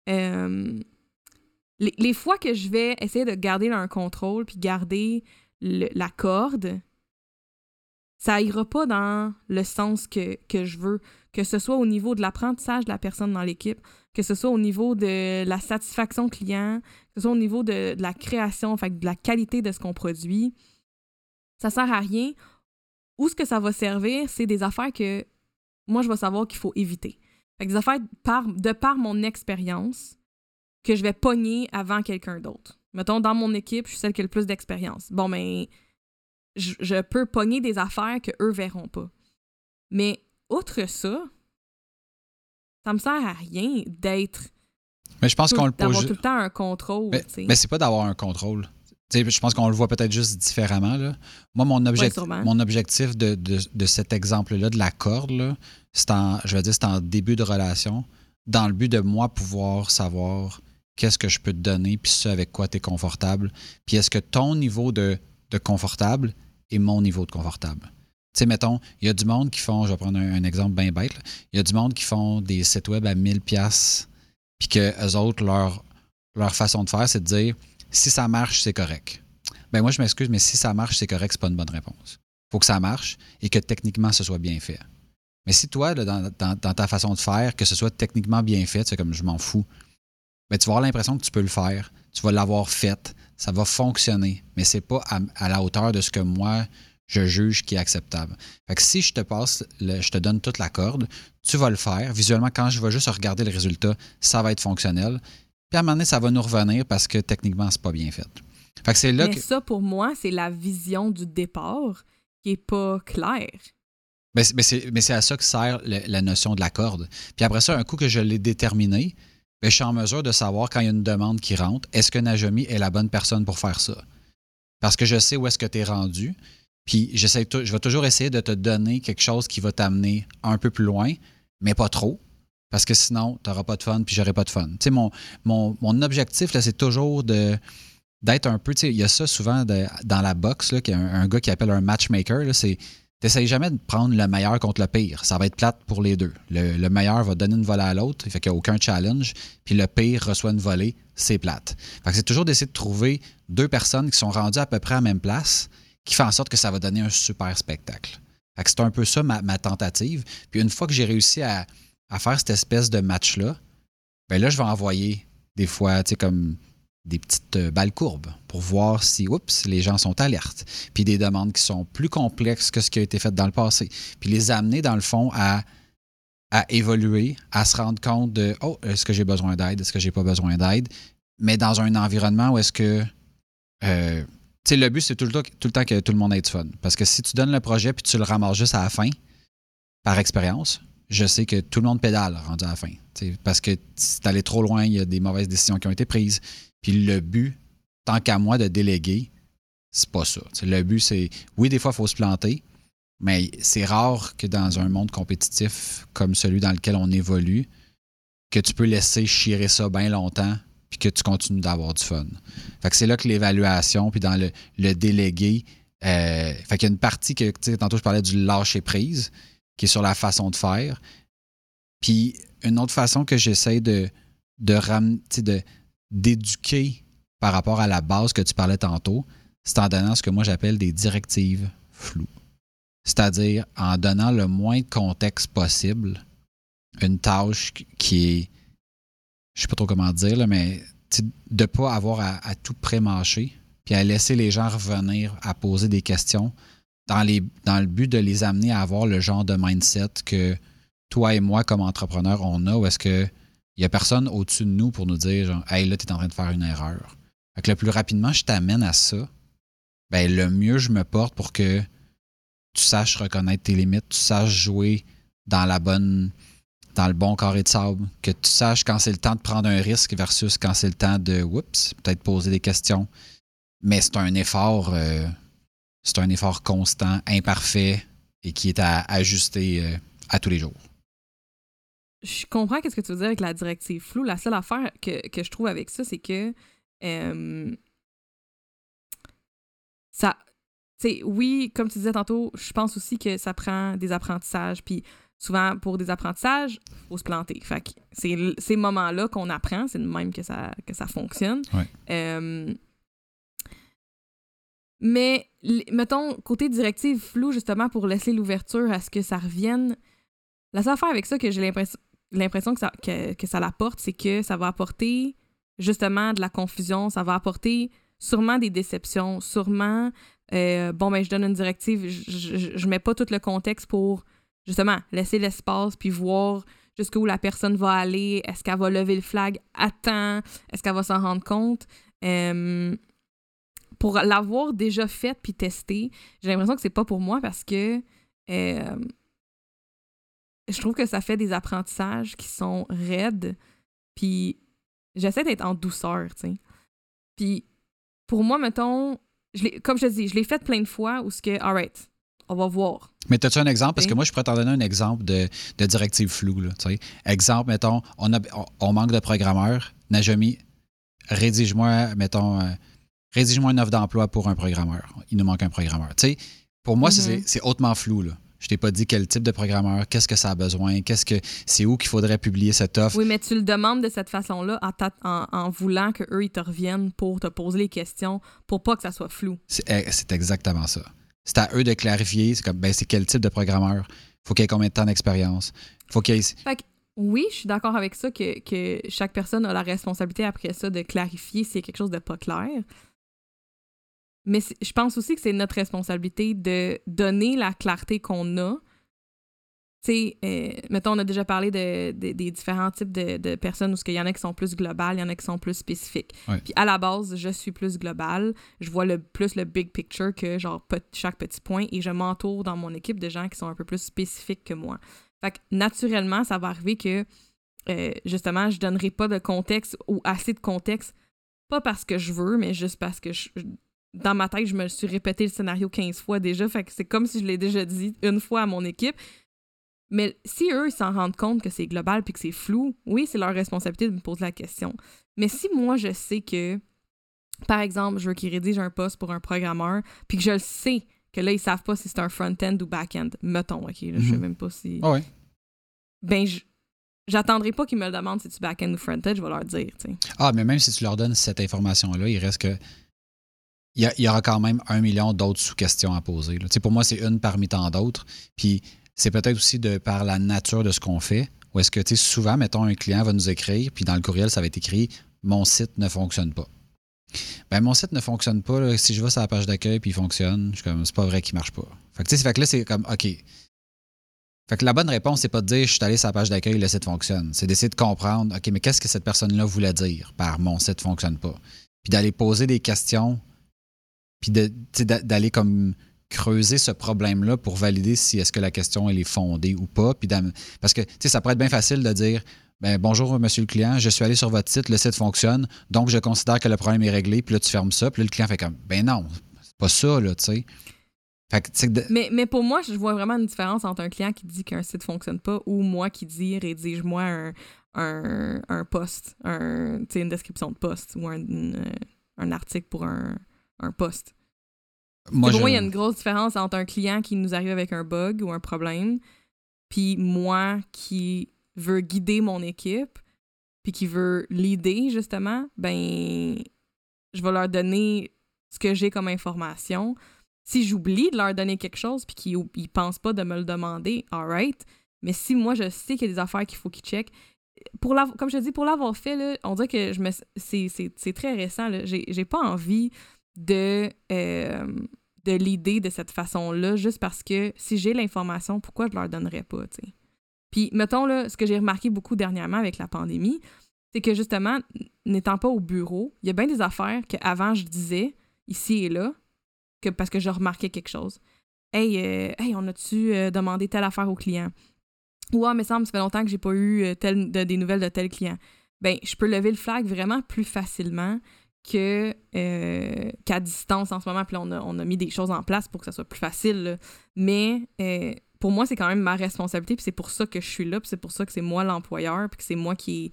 les fois que je vais essayer de garder un contrôle puis garder la corde, ça ira pas dans le sens que je veux, que ce soit au niveau de l'apprentissage de la personne dans l'équipe, que ce soit au niveau de la satisfaction client, que ce soit au niveau de la création, fait, de la qualité de ce qu'on produit. Ça sert à rien. Où ce que ça va servir, c'est des affaires que moi, je vais savoir qu'il faut éviter. Fait que des affaires de par mon expérience que je vais pogner avant quelqu'un d'autre. Mettons, dans mon équipe, je suis celle qui a le plus d'expérience. Bon, mais je peux pogner des affaires qu'eux verront pas. Mais outre ça, ça me sert à rien d'être... Mais je pense qu'on le pose. D'avoir tout le temps un contrôle, tu sais. Mais c'est pas d'avoir un contrôle. T'sais, je pense qu'on le voit peut-être juste différemment. Là. Moi, mon objectif de cet exemple-là, de la corde, là, c'est en début de relation, dans le but de moi pouvoir savoir qu'est-ce que je peux te donner, puis ce avec quoi tu es confortable. Puis est-ce que ton niveau de confortable est mon niveau de confortable? Tu sais, mettons, il y a du monde qui font, je vais prendre un exemple bien bête, il y a du monde qui font des sites web à 1000$, puis qu'eux autres, leur façon de faire, c'est de dire, si ça marche, c'est correct. Ben moi, je m'excuse, mais si ça marche, c'est correct, c'est pas une bonne réponse. Il faut que ça marche et que techniquement, ce soit bien fait. Mais si toi, là, dans ta façon de faire, que ce soit techniquement bien fait, c'est comme je m'en fous, ben, tu vas avoir l'impression que tu peux le faire, tu vas l'avoir fait, ça va fonctionner, mais c'est pas à la hauteur de ce que moi, je juge qui est acceptable. Fait que si je te donne toute la corde, tu vas le faire. Visuellement, quand je vais juste regarder le résultat, ça va être fonctionnel. Puis à un moment donné, ça va nous revenir parce que techniquement, c'est pas bien fait. Fait que c'est là mais ça, pour moi, c'est la vision du départ qui est pas claire. Mais c'est à ça que sert la notion de la corde. Puis après ça, un coup que je l'ai déterminé, bien, je suis en mesure de savoir quand il y a une demande qui rentre, est-ce que Najami est la bonne personne pour faire ça? Parce que je sais où est-ce que tu es rendu. Puis je vais toujours essayer de te donner quelque chose qui va t'amener un peu plus loin, mais pas trop. Parce que sinon, tu n'auras pas de fun, puis j'aurai pas de fun. Tu sais, mon objectif, là, c'est toujours d'être un peu... Tu sais, il y a ça souvent dans la boxe, là, qu'il y a un gars qui appelle un matchmaker, là, c'est... T'essayes jamais de prendre le meilleur contre le pire. Ça va être plate pour les deux. Le meilleur va donner une volée à l'autre, fait qu'il n'y a aucun challenge, puis le pire reçoit une volée, c'est plate. Fait que c'est toujours d'essayer de trouver deux personnes qui sont rendues à peu près à la même place, qui fait en sorte que ça va donner un super spectacle. Fait que c'est un peu ça ma tentative. Puis une fois que j'ai réussi à faire cette espèce de match-là, bien là, je vais envoyer des fois, tu sais, comme des petites balles courbes pour voir si, les gens sont alertes. Puis des demandes qui sont plus complexes que ce qui a été fait dans le passé. Puis les amener, dans le fond, à évoluer, à se rendre compte de, est-ce que j'ai besoin d'aide, est-ce que j'ai pas besoin d'aide, mais dans un environnement où est-ce que... tu sais, le but, c'est tout le temps que tout le monde ait du fun. Parce que si tu donnes le projet puis tu le ramasses juste à la fin, par expérience, je sais que tout le monde pédale rendu à la fin. Parce que si t'es allé trop loin, il y a des mauvaises décisions qui ont été prises. Puis le but, tant qu'à moi, de déléguer, c'est pas ça. T'sais, le but, c'est... Oui, des fois, il faut se planter, mais c'est rare que dans un monde compétitif comme celui dans lequel on évolue, que tu peux laisser chirer ça bien longtemps puis que tu continues d'avoir du fun. Fait que c'est là que l'évaluation, puis dans le délégué, fait qu'il y a une partie que, tu sais, tantôt je parlais du lâcher-prise, qui est sur la façon de faire. Puis une autre façon que j'essaie d'éduquer par rapport à la base que tu parlais tantôt, c'est en donnant ce que moi j'appelle des directives floues. C'est-à-dire en donnant le moins de contexte possible, une tâche qui est, je sais pas trop comment dire, là, mais de ne pas avoir à tout pré-mâcher, puis à laisser les gens revenir, à poser des questions dans le but de les amener à avoir le genre de mindset que toi et moi, comme entrepreneurs, on a, où est-ce que il n'y a personne au-dessus de nous pour nous dire genre, hey, là, tu es en train de faire une erreur. Fait que le plus rapidement je t'amène à ça, ben le mieux je me porte pour que tu saches reconnaître tes limites, tu saches jouer dans le bon carré de sable, que tu saches quand c'est le temps de prendre un risque versus quand c'est le temps de, peut-être poser des questions. Mais c'est un effort constant, imparfait et qui est à ajuster à tous les jours. Je comprends ce que tu veux dire avec la directive floue. La seule affaire que je trouve avec ça, c'est que ça... oui, comme tu disais tantôt, je pense aussi que ça prend des apprentissages. Puis souvent, pour des apprentissages, il faut se planter. Fait que c'est ces moments-là qu'on apprend. C'est de même que ça fonctionne. Ouais. Mais, mettons, côté directive floue, justement, pour laisser l'ouverture à ce que ça revienne, la seule affaire avec ça que j'ai l'impression que ça l'apporte, c'est que ça va apporter justement de la confusion, ça va apporter sûrement des déceptions, sûrement, je donne une directive, je mets pas tout le contexte pour, justement, laisser l'espace puis voir jusqu'où la personne va aller, est-ce qu'elle va lever le flag à temps, est-ce qu'elle va s'en rendre compte. Pour l'avoir déjà fait puis testé, j'ai l'impression que c'est pas pour moi parce que je trouve que ça fait des apprentissages qui sont raides, puis j'essaie d'être en douceur, tu sais. Puis pour moi, mettons, comme je te dis, je l'ai fait plein de fois où c'est que, alright, on va voir. Mais as-tu un exemple? Parce que moi, je pourrais t'en donner un exemple de directive floue. Là, exemple, mettons, on manque de programmeurs. Najami, rédige-moi une offre d'emploi pour un programmeur. Il nous manque un programmeur. Pour moi, c'est hautement flou. Là. Je t'ai pas dit quel type de programmeur, qu'est-ce que ça a besoin, c'est où qu'il faudrait publier cette offre. Oui, mais tu le demandes de cette façon-là en voulant qu'eux, ils te reviennent pour te poser les questions, pour pas que ça soit flou. C'est exactement ça. C'est à eux de clarifier, c'est comme, c'est quel type de programmeur, faut qu'il y ait combien de temps d'expérience, faut qu'il y ait... Fait que, oui, je suis d'accord avec ça que chaque personne a la responsabilité après ça de clarifier s'il y a quelque chose de pas clair. Mais je pense aussi que c'est notre responsabilité de donner la clarté qu'on a. Tu sais, mettons, on a déjà parlé des différents types de personnes où il y en a qui sont plus globales, il y en a qui sont plus spécifiques. Ouais. Puis à la base, je suis plus globale. Je vois plus le big picture que genre chaque petit point et je m'entoure dans mon équipe de gens qui sont un peu plus spécifiques que moi. Fait que naturellement, ça va arriver que, justement, je donnerai pas de contexte ou assez de contexte, pas parce que je veux, mais juste parce que dans ma tête, je me suis répété le scénario 15 fois déjà, fait que c'est comme si je l'ai déjà dit une fois à mon équipe. Mais si eux, ils s'en rendent compte que c'est global puis que c'est flou, oui, c'est leur responsabilité de me poser la question. Mais si moi, je sais que, par exemple, je veux qu'ils rédigent un post pour un programmeur puis que je le sais que là, ils savent pas si c'est un front-end ou back-end, mettons, OK, là, je sais même pas si... Oh oui. Ben, j'attendrai pas qu'ils me le demandent si tu back-end ou front-end, je vais leur dire, tu sais. Ah, mais même si tu leur donnes cette information-là, il reste que... Il y aura quand même 1 million d'autres sous-questions à poser. Là. Pour moi, c'est une parmi tant d'autres. Puis c'est peut-être aussi par la nature de ce qu'on fait. Ou est-ce que souvent, mettons, un client va nous écrire, puis dans le courriel, ça va être écrit « Mon site ne fonctionne pas ». Ben mon site ne fonctionne pas. Là, si je vais sur la page d'accueil puis il fonctionne, je suis comme c'est pas vrai qu'il marche pas. Fait que là, c'est comme OK. Fait que la bonne réponse, c'est pas de dire je suis allé sur la page d'accueil, le site fonctionne. C'est d'essayer de comprendre OK, mais qu'est-ce que cette personne-là voulait dire par mon site fonctionne pas. Puis d'aller poser des questions. Puis d'aller comme creuser ce problème-là pour valider si est-ce que la question elle est fondée ou pas. Puis parce que ça pourrait être bien facile de dire bonjour monsieur le client, je suis allé sur votre site, le site fonctionne, donc je considère que le problème est réglé, puis là tu fermes ça, puis là le client fait comme non, c'est pas ça, là, tu sais. Fait que, mais pour moi, je vois vraiment une différence entre un client qui dit qu'un site fonctionne pas ou moi qui dis rédige-moi un post, une description de post ou un article pour un post. Pour moi, il y a une grosse différence entre un client qui nous arrive avec un bug ou un problème, puis moi qui veux guider mon équipe, puis qui veut l'aider, justement, ben, je vais leur donner ce que j'ai comme information. Si j'oublie de leur donner quelque chose, puis qu'ils pensent pas de me le demander, all right. Mais si moi, je sais qu'il y a des affaires qu'il faut qu'ils checkent, comme je te dis, pour l'avoir fait, là, on dirait que c'est très récent. Là, j'ai pas envie de l'idée de cette façon-là, juste parce que si j'ai l'information, pourquoi je leur donnerais pas, tu sais? Puis, mettons, là, ce que j'ai remarqué beaucoup dernièrement avec la pandémie, c'est que justement, n'étant pas au bureau, il y a bien des affaires qu'avant je disais, ici et là, parce que je remarquais quelque chose. Hey, on a-tu demandé telle affaire au client? Ou, mais ça me fait longtemps que j'ai pas eu des nouvelles de tel client. Ben, je peux lever le flag vraiment plus facilement qu'à distance en ce moment. Puis là, on a mis des choses en place pour que ça soit plus facile. Là. Mais pour moi, c'est quand même ma responsabilité. Puis c'est pour ça que je suis là. Puis c'est pour ça que c'est moi l'employeur. Puis que c'est moi qui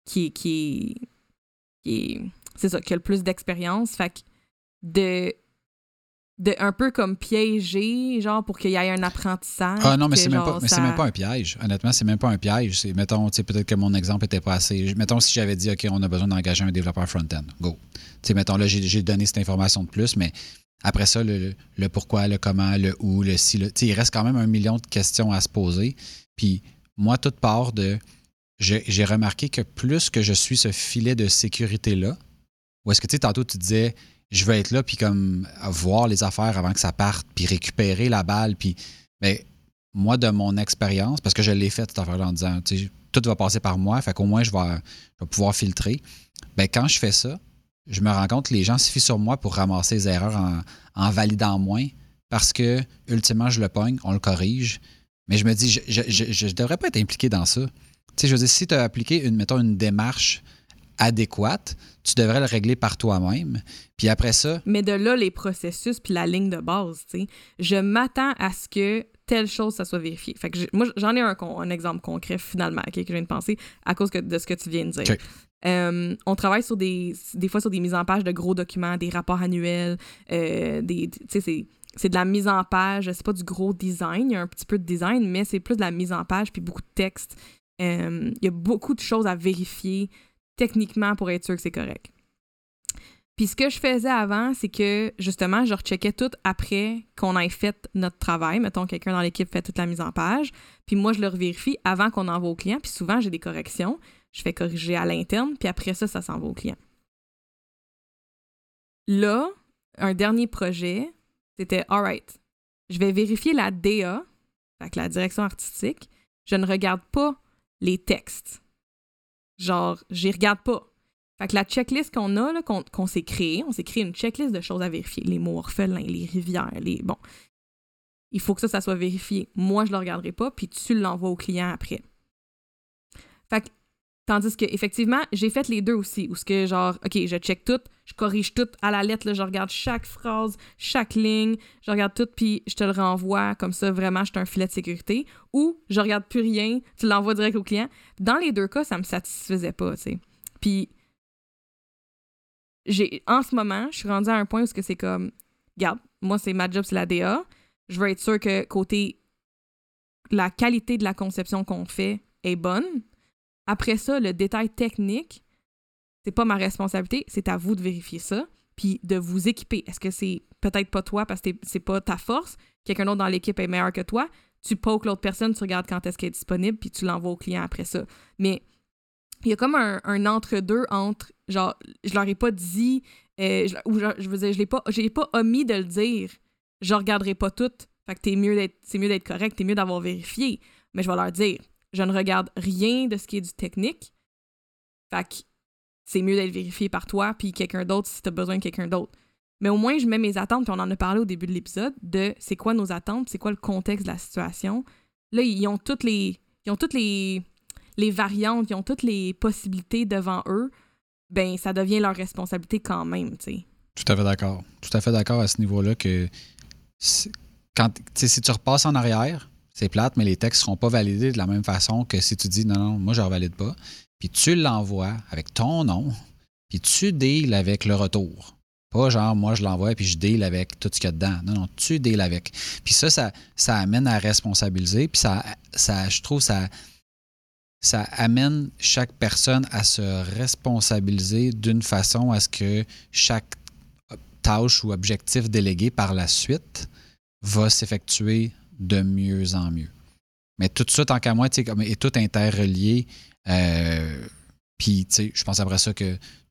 c'est ça, qui a le plus d'expérience. Fait que de un peu comme piéger, genre pour qu'il y ait un apprentissage. Ah non, mais c'est même pas un piège. Honnêtement, c'est même pas un piège. C'est, mettons, tu sais, peut-être que mon exemple était pas assez. Mettons, si j'avais dit, OK, on a besoin d'engager un développeur front-end, go. Tu sais, mettons, là, j'ai donné cette information de plus, mais après ça, le pourquoi, le comment, le où, le si, tu sais, il reste quand même 1 million de questions à se poser. Puis moi, toute part de... J'ai remarqué que plus que je suis ce filet de sécurité-là, ou est-ce que, tu sais, tantôt, tu disais... Je veux être là, puis comme voir les affaires avant que ça parte, puis récupérer la balle. Puis, bien, moi, de mon expérience, parce que je l'ai fait, cette affaire-là, en disant, tu sais, tout va passer par moi, fait qu'au moins, je vais pouvoir filtrer. Bien, quand je fais ça, je me rends compte que les gens se fient sur moi pour ramasser les erreurs en validant moins, parce que, ultimement, je le pogne, on le corrige. Mais je me dis, je devrais pas être impliqué dans ça. Tu sais, je veux dire, si tu as appliqué, mettons, une démarche adéquate, tu devrais le régler par toi-même. Puis après ça... Mais de là, les processus puis la ligne de base, tu sais, je m'attends à ce que telle chose, ça soit vérifié. Fait que moi, j'en ai un exemple concret, finalement, que je viens de penser, à cause de ce que tu viens de dire. Okay. On travaille sur des fois sur des mises en page de gros documents, des rapports annuels, tu sais, c'est de la mise en page, c'est pas du gros design, il y a un petit peu de design, mais c'est plus de la mise en page puis beaucoup de texte. Il y a beaucoup de choses à vérifier techniquement pour être sûr que c'est correct. Puis ce que je faisais avant, c'est que, justement, je recheckais tout après qu'on ait fait notre travail. Mettons, quelqu'un dans l'équipe fait toute la mise en page. Puis moi, je le revérifie avant qu'on envoie au client. Puis souvent, j'ai des corrections. Je fais corriger à l'interne. Puis après ça, ça s'envoie au client. Là, un dernier projet, c'était « All right, je vais vérifier la DA, fait que la direction artistique. Je ne regarde pas les textes. Genre, j'y regarde pas. » Fait que la checklist qu'on a, là, qu'on s'est créée, on s'est créé une checklist de choses à vérifier. Les mots orphelins, les rivières, Bon. Il faut que ça soit vérifié. Moi, je le regarderai pas, puis tu l'envoies au client après. Fait que, tandis que, effectivement, j'ai fait les deux aussi, où ce que, genre, OK, je check tout, je corrige tout à la lettre, là, je regarde chaque phrase, chaque ligne, je regarde tout, puis je te le renvoie, comme ça, vraiment, je t'ai un filet de sécurité, ou je regarde plus rien, tu l'envoies direct au client. Dans les deux cas, ça me satisfaisait pas, tu sais. Puis, en ce moment, je suis rendue à un point où c'est comme, regarde, moi, c'est ma job, c'est la DA. Je veux être sûre que côté la qualité de la conception qu'on fait est bonne. Après ça, le détail technique, c'est pas ma responsabilité, c'est à vous de vérifier ça, puis de vous équiper. Est-ce que c'est peut-être pas toi parce que c'est pas ta force, quelqu'un d'autre dans l'équipe est meilleur que toi, tu pokes l'autre personne, tu regardes quand est-ce qu'elle est disponible, puis tu l'envoies au client après ça. Mais il y a comme un entre-deux entre, genre, je leur ai pas dit, je veux dire, j'ai pas omis de le dire, je regarderai pas tout, fait que c'est mieux d'être correct, c'est mieux d'avoir vérifié, mais je vais leur dire, je ne regarde rien de ce qui est du technique, fait que c'est mieux d'être vérifié par toi, puis quelqu'un d'autre si t'as besoin de quelqu'un d'autre. Mais au moins, je mets mes attentes, puis on en a parlé au début de l'épisode, de c'est quoi nos attentes, c'est quoi le contexte de la situation. Là, ils ont toutes les variantes, ils ont toutes les possibilités devant eux, ben ça devient leur responsabilité quand même, tu sais. Tout à fait d'accord. Tout à fait d'accord à ce niveau-là que si tu repasses en arrière, c'est plate, mais les textes ne seront pas validés de la même façon que si tu dis non, moi je ne revalide pas, puis tu l'envoies avec ton nom, puis tu deals avec le retour. Pas genre, moi je l'envoie puis je deal avec tout ce qu'il y a dedans. Non, tu deals avec. Puis ça amène à responsabiliser, puis je trouve ça amène chaque personne à se responsabiliser d'une façon à ce que chaque tâche ou objectif délégué par la suite va s'effectuer de mieux en mieux. Mais tout ça, tant qu'à moi, est tout interrelié. Puis, je pense après ça que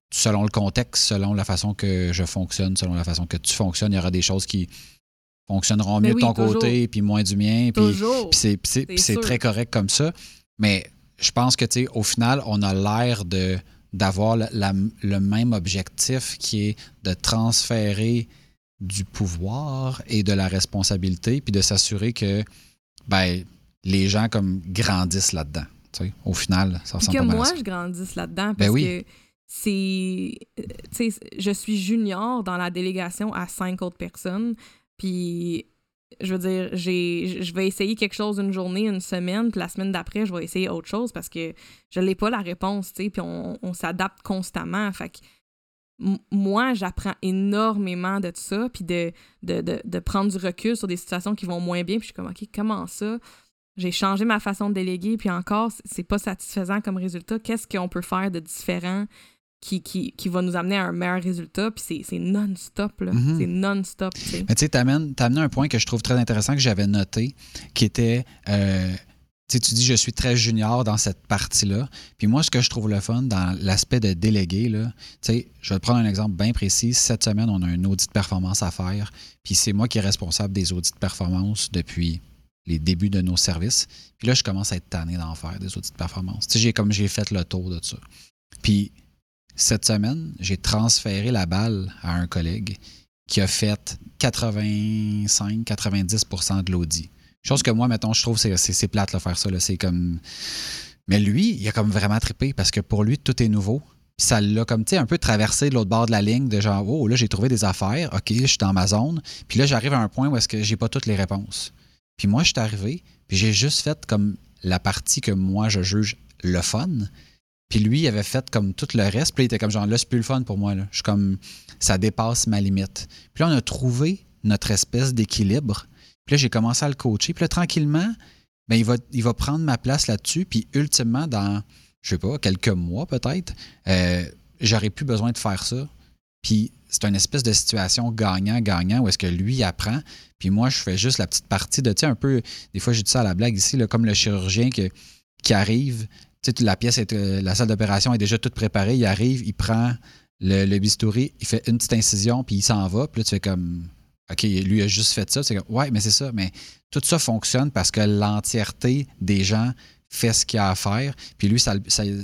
selon le contexte, selon la façon que je fonctionne, selon la façon que tu fonctionnes, il y aura des choses qui fonctionneront mieux de ton côté puis moins du mien. Puis c'est très correct comme ça. Mais je pense que, tu sais, au final, on a l'air d'avoir le même objectif qui est de transférer du pouvoir et de la responsabilité puis de s'assurer que les gens comme grandissent là-dedans. Tu sais, au final, ça ressemble pas mal à ça. Que moi, je grandisse là-dedans parce que je suis junior dans la délégation à 5 autres personnes. Puis, je veux dire, je vais essayer quelque chose une journée, une semaine, puis la semaine d'après, je vais essayer autre chose parce que je n'ai pas la réponse, tu sais, puis on s'adapte constamment. Fait que moi, j'apprends énormément de ça, puis de prendre du recul sur des situations qui vont moins bien, puis je suis comme, OK, comment ça? J'ai changé ma façon de déléguer, puis encore, c'est pas satisfaisant comme résultat. Qu'est-ce qu'on peut faire de différent qui va nous amener à un meilleur résultat? Puis c'est non-stop, là. C'est non-stop, tu sais. Mais tu sais, t'as amené un point que je trouve très intéressant, que j'avais noté, qui était... tu dis, je suis très junior dans cette partie-là. Puis moi, ce que je trouve le fun dans l'aspect de déléguer, là, tu sais, je vais te prendre un exemple bien précis. Cette semaine, on a un audit de performance à faire. Puis c'est moi qui est responsable des audits de performance depuis les débuts de nos services. Puis là, je commence à être tanné d'en faire des audits de performance. Tu sais, j'ai fait le tour de ça. Puis cette semaine, j'ai transféré la balle à un collègue qui a fait 85-90% de l'audit. Chose que moi, mettons, je trouve que c'est plate de faire ça. Là. C'est comme... Mais lui, il a comme vraiment trippé parce que pour lui, tout est nouveau. Puis ça l'a comme, tu sais, un peu traversé de l'autre bord de la ligne de genre, oh, là, j'ai trouvé des affaires. OK, je suis dans ma zone. Puis là, j'arrive à un point où est-ce que j'ai pas toutes les réponses. Puis moi, je suis arrivé, puis j'ai juste fait comme la partie que moi, je juge le fun. Puis lui, il avait fait comme tout le reste. Puis il était comme genre, là, c'est plus le fun pour moi. Là. Je suis comme, ça dépasse ma limite. Puis là, on a trouvé notre espèce d'équilibre. Puis là, j'ai commencé à le coacher. Puis là, tranquillement, il va prendre ma place là-dessus. Puis ultimement, dans, je sais pas, quelques mois peut-être, j'aurais plus besoin de faire ça. Puis c'est une espèce de situation gagnant-gagnant où est-ce que lui il apprend. Puis moi, je fais juste la petite partie de, tu sais, un peu, des fois, j'ai dit ça à la blague ici, là, comme le chirurgien qui arrive, tu sais, la salle d'opération est déjà toute préparée, il arrive, il prend le bistouri, il fait une petite incision, puis il s'en va. Puis là, tu fais comme, OK, lui il a juste fait ça. C'est comme, ouais, mais c'est ça. Mais tout ça fonctionne parce que l'entièreté des gens fait ce qu'il a à faire. Puis lui, ça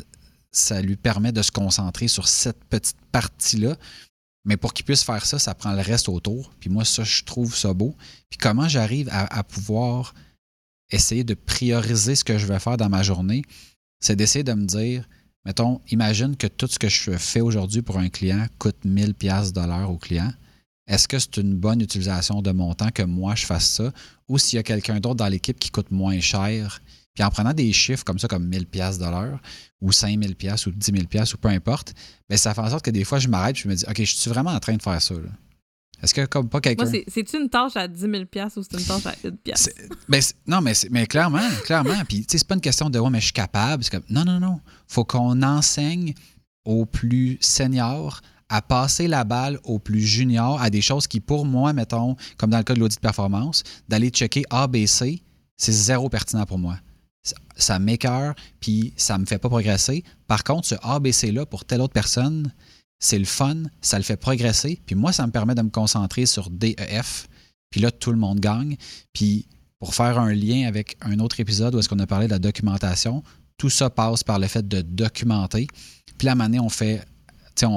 lui permet de se concentrer sur cette petite partie-là. Mais pour qu'il puisse faire ça, ça prend le reste autour. Puis moi, ça, je trouve ça beau. Puis comment j'arrive à pouvoir essayer de prioriser ce que je vais faire dans ma journée, c'est d'essayer de me dire, mettons, imagine que tout ce que je fais aujourd'hui pour un client coûte 1000$ de l'heure au client. Est-ce que c'est une bonne utilisation de mon temps que moi, je fasse ça? Ou s'il y a quelqu'un d'autre dans l'équipe qui coûte moins cher, puis en prenant des chiffres comme ça, comme 1000$ de l'heure, ou 5000$ ou 10 000$ ou peu importe, bien, ça fait en sorte que des fois, je m'arrête et je me dis, OK, je suis vraiment en train de faire ça, là? Est-ce que comme pas quelqu'un... Moi, c'est-tu une tâche à 10 000$ ou c'est une tâche à 1$? Non, mais clairement. Puis, tu sais, c'est pas une question de, ouais, mais je suis capable. C'est comme, non. Faut qu'on enseigne aux plus seniors à passer la balle aux plus juniors à des choses qui, pour moi, mettons, comme dans le cas de l'audit de performance, d'aller checker A, B, C, c'est zéro pertinent pour moi. Ça m'écoeure, puis ça me fait pas progresser. Par contre, ce A, B, C-là, pour telle autre personne, c'est le fun, ça le fait progresser. Puis moi, ça me permet de me concentrer sur D, E, F. Puis là, tout le monde gagne. Puis pour faire un lien avec un autre épisode où est-ce qu'on a parlé de la documentation, tout ça passe par le fait de documenter. Puis là, à un moment donné, on fait... Tu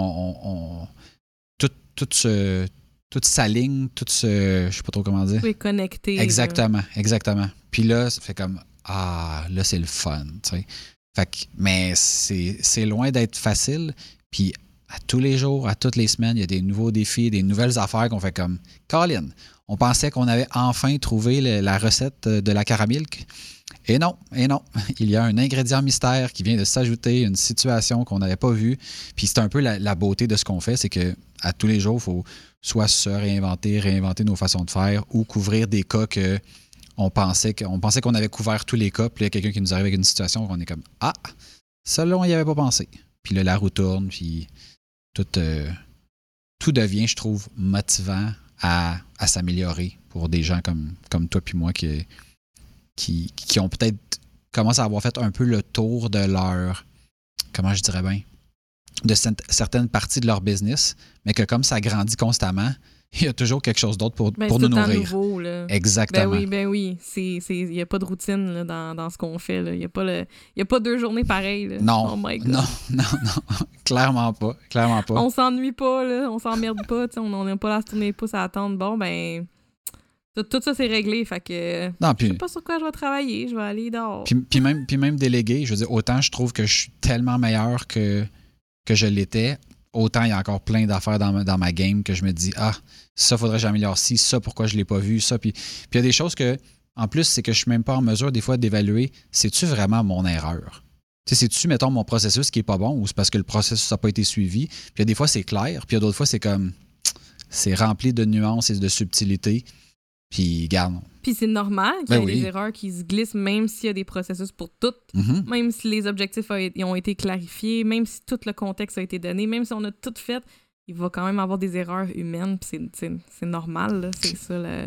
sais, toute sa ligne, tout ce... Je sais pas trop comment dire. Oui, connecté. Exactement. Puis là, ça fait comme... Ah, là, c'est le fun, tu sais. Fait que, mais c'est loin d'être facile. Puis à tous les jours, à toutes les semaines, il y a des nouveaux défis, des nouvelles affaires qu'on fait comme Colin. On pensait qu'on avait enfin trouvé la recette de la caramilk. Et non. Il y a un ingrédient mystère qui vient de s'ajouter, une situation qu'on n'avait pas vue. Puis c'est un peu la beauté de ce qu'on fait, c'est que à tous les jours, il faut soit se réinventer nos façons de faire ou couvrir des cas que on pensait qu'on avait couvert tous les cas. Puis il y a quelqu'un qui nous arrive avec une situation où on est comme ah, ça là, on n'y avait pas pensé. Puis là, la roue tourne, puis tout devient, je trouve, motivant à s'améliorer pour des gens comme toi puis moi qui ont peut-être commencé à avoir fait un peu le tour de leur, comment je dirais bien, de certaines parties de leur business, mais que comme ça grandit constamment, il y a toujours quelque chose d'autre pour nous nourrir. Nouveau, là. Exactement. Ben oui. Il n'y a pas de routine là, dans ce qu'on fait. Il n'y a pas 2 journées pareilles. Là. Non, oh my God. non. Clairement pas. On s'ennuie pas, là. On s'emmerde pas. On n'a pas la tourner les pouces à attendre. Bon, ben... Tout ça, c'est réglé. Fait que je sais pas sur quoi je vais travailler. Je vais aller dehors. Puis même délégué, je veux dire, autant je trouve que je suis tellement meilleur que je l'étais, autant il y a encore plein d'affaires dans ma game que je me dis, ça, faudrait que j'améliore ci, ça, pourquoi je l'ai pas vu, ça. Puis il y a des choses que, en plus, c'est que je suis même pas en mesure des fois d'évaluer, c'est-tu vraiment mon erreur? Tu sais, c'est-tu, mettons, mon processus qui est pas bon ou c'est parce que le processus n'a pas été suivi? Puis il y a des fois, c'est clair, puis il y a d'autres fois, c'est comme, c'est rempli de nuances et de subtilités. Puis, garde. Puis c'est normal qu'il y ait des erreurs qui se glissent, même s'il y a des processus pour toutes, même si les objectifs ont été clarifiés, même si tout le contexte a été donné, même si on a tout fait, il va quand même avoir des erreurs humaines, puis c'est normal, là. C'est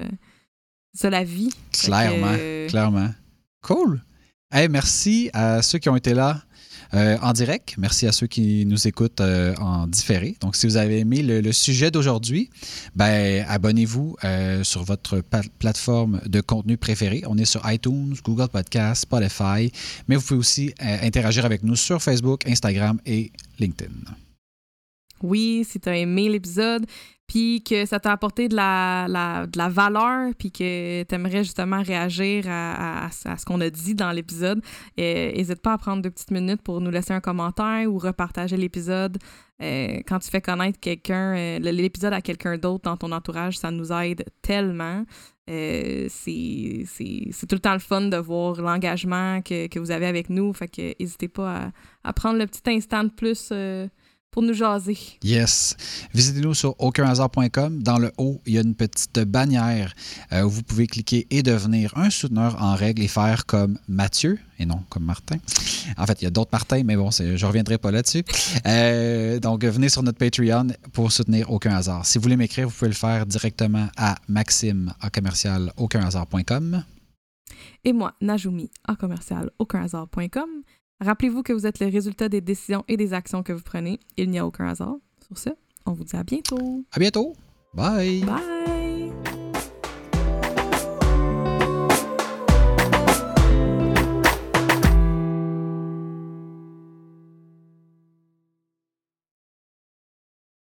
ça la vie. Clairement. Cool. Hey, merci à ceux qui ont été là en direct. Merci à ceux qui nous écoutent en différé. Donc, si vous avez aimé le sujet d'aujourd'hui, ben abonnez-vous sur votre plateforme de contenu préférée. On est sur iTunes, Google Podcasts, Spotify, mais vous pouvez aussi interagir avec nous sur Facebook, Instagram et LinkedIn. Oui, si tu as aimé l'épisode, puis que ça t'a apporté de la valeur, puis que tu aimerais justement réagir à ce qu'on a dit dans l'épisode, n'hésite pas à prendre 2 petites minutes pour nous laisser un commentaire ou repartager l'épisode. Quand tu fais connaître l'épisode à quelqu'un d'autre dans ton entourage, ça nous aide tellement. C'est tout le temps le fun de voir l'engagement que vous avez avec nous. Fait que n'hésitez pas à prendre le petit instant de plus pour nous jaser. Yes. Visitez-nous sur aucunhasard.com. Dans le haut, il y a une petite bannière où vous pouvez cliquer et devenir un souteneur en règle et faire comme Mathieu et non comme Martin. En fait, il y a d'autres Martins, mais bon, je ne reviendrai pas là-dessus. Donc, venez sur notre Patreon pour soutenir Aucun Hasard. Si vous voulez m'écrire, vous pouvez le faire directement à maxime@aucunhasard.com. Et moi, Najoumi, @aucunhasard.com. Rappelez-vous que vous êtes le résultat des décisions et des actions que vous prenez. Il n'y a aucun hasard. Sur ce, on vous dit à bientôt. À bientôt. Bye. Bye.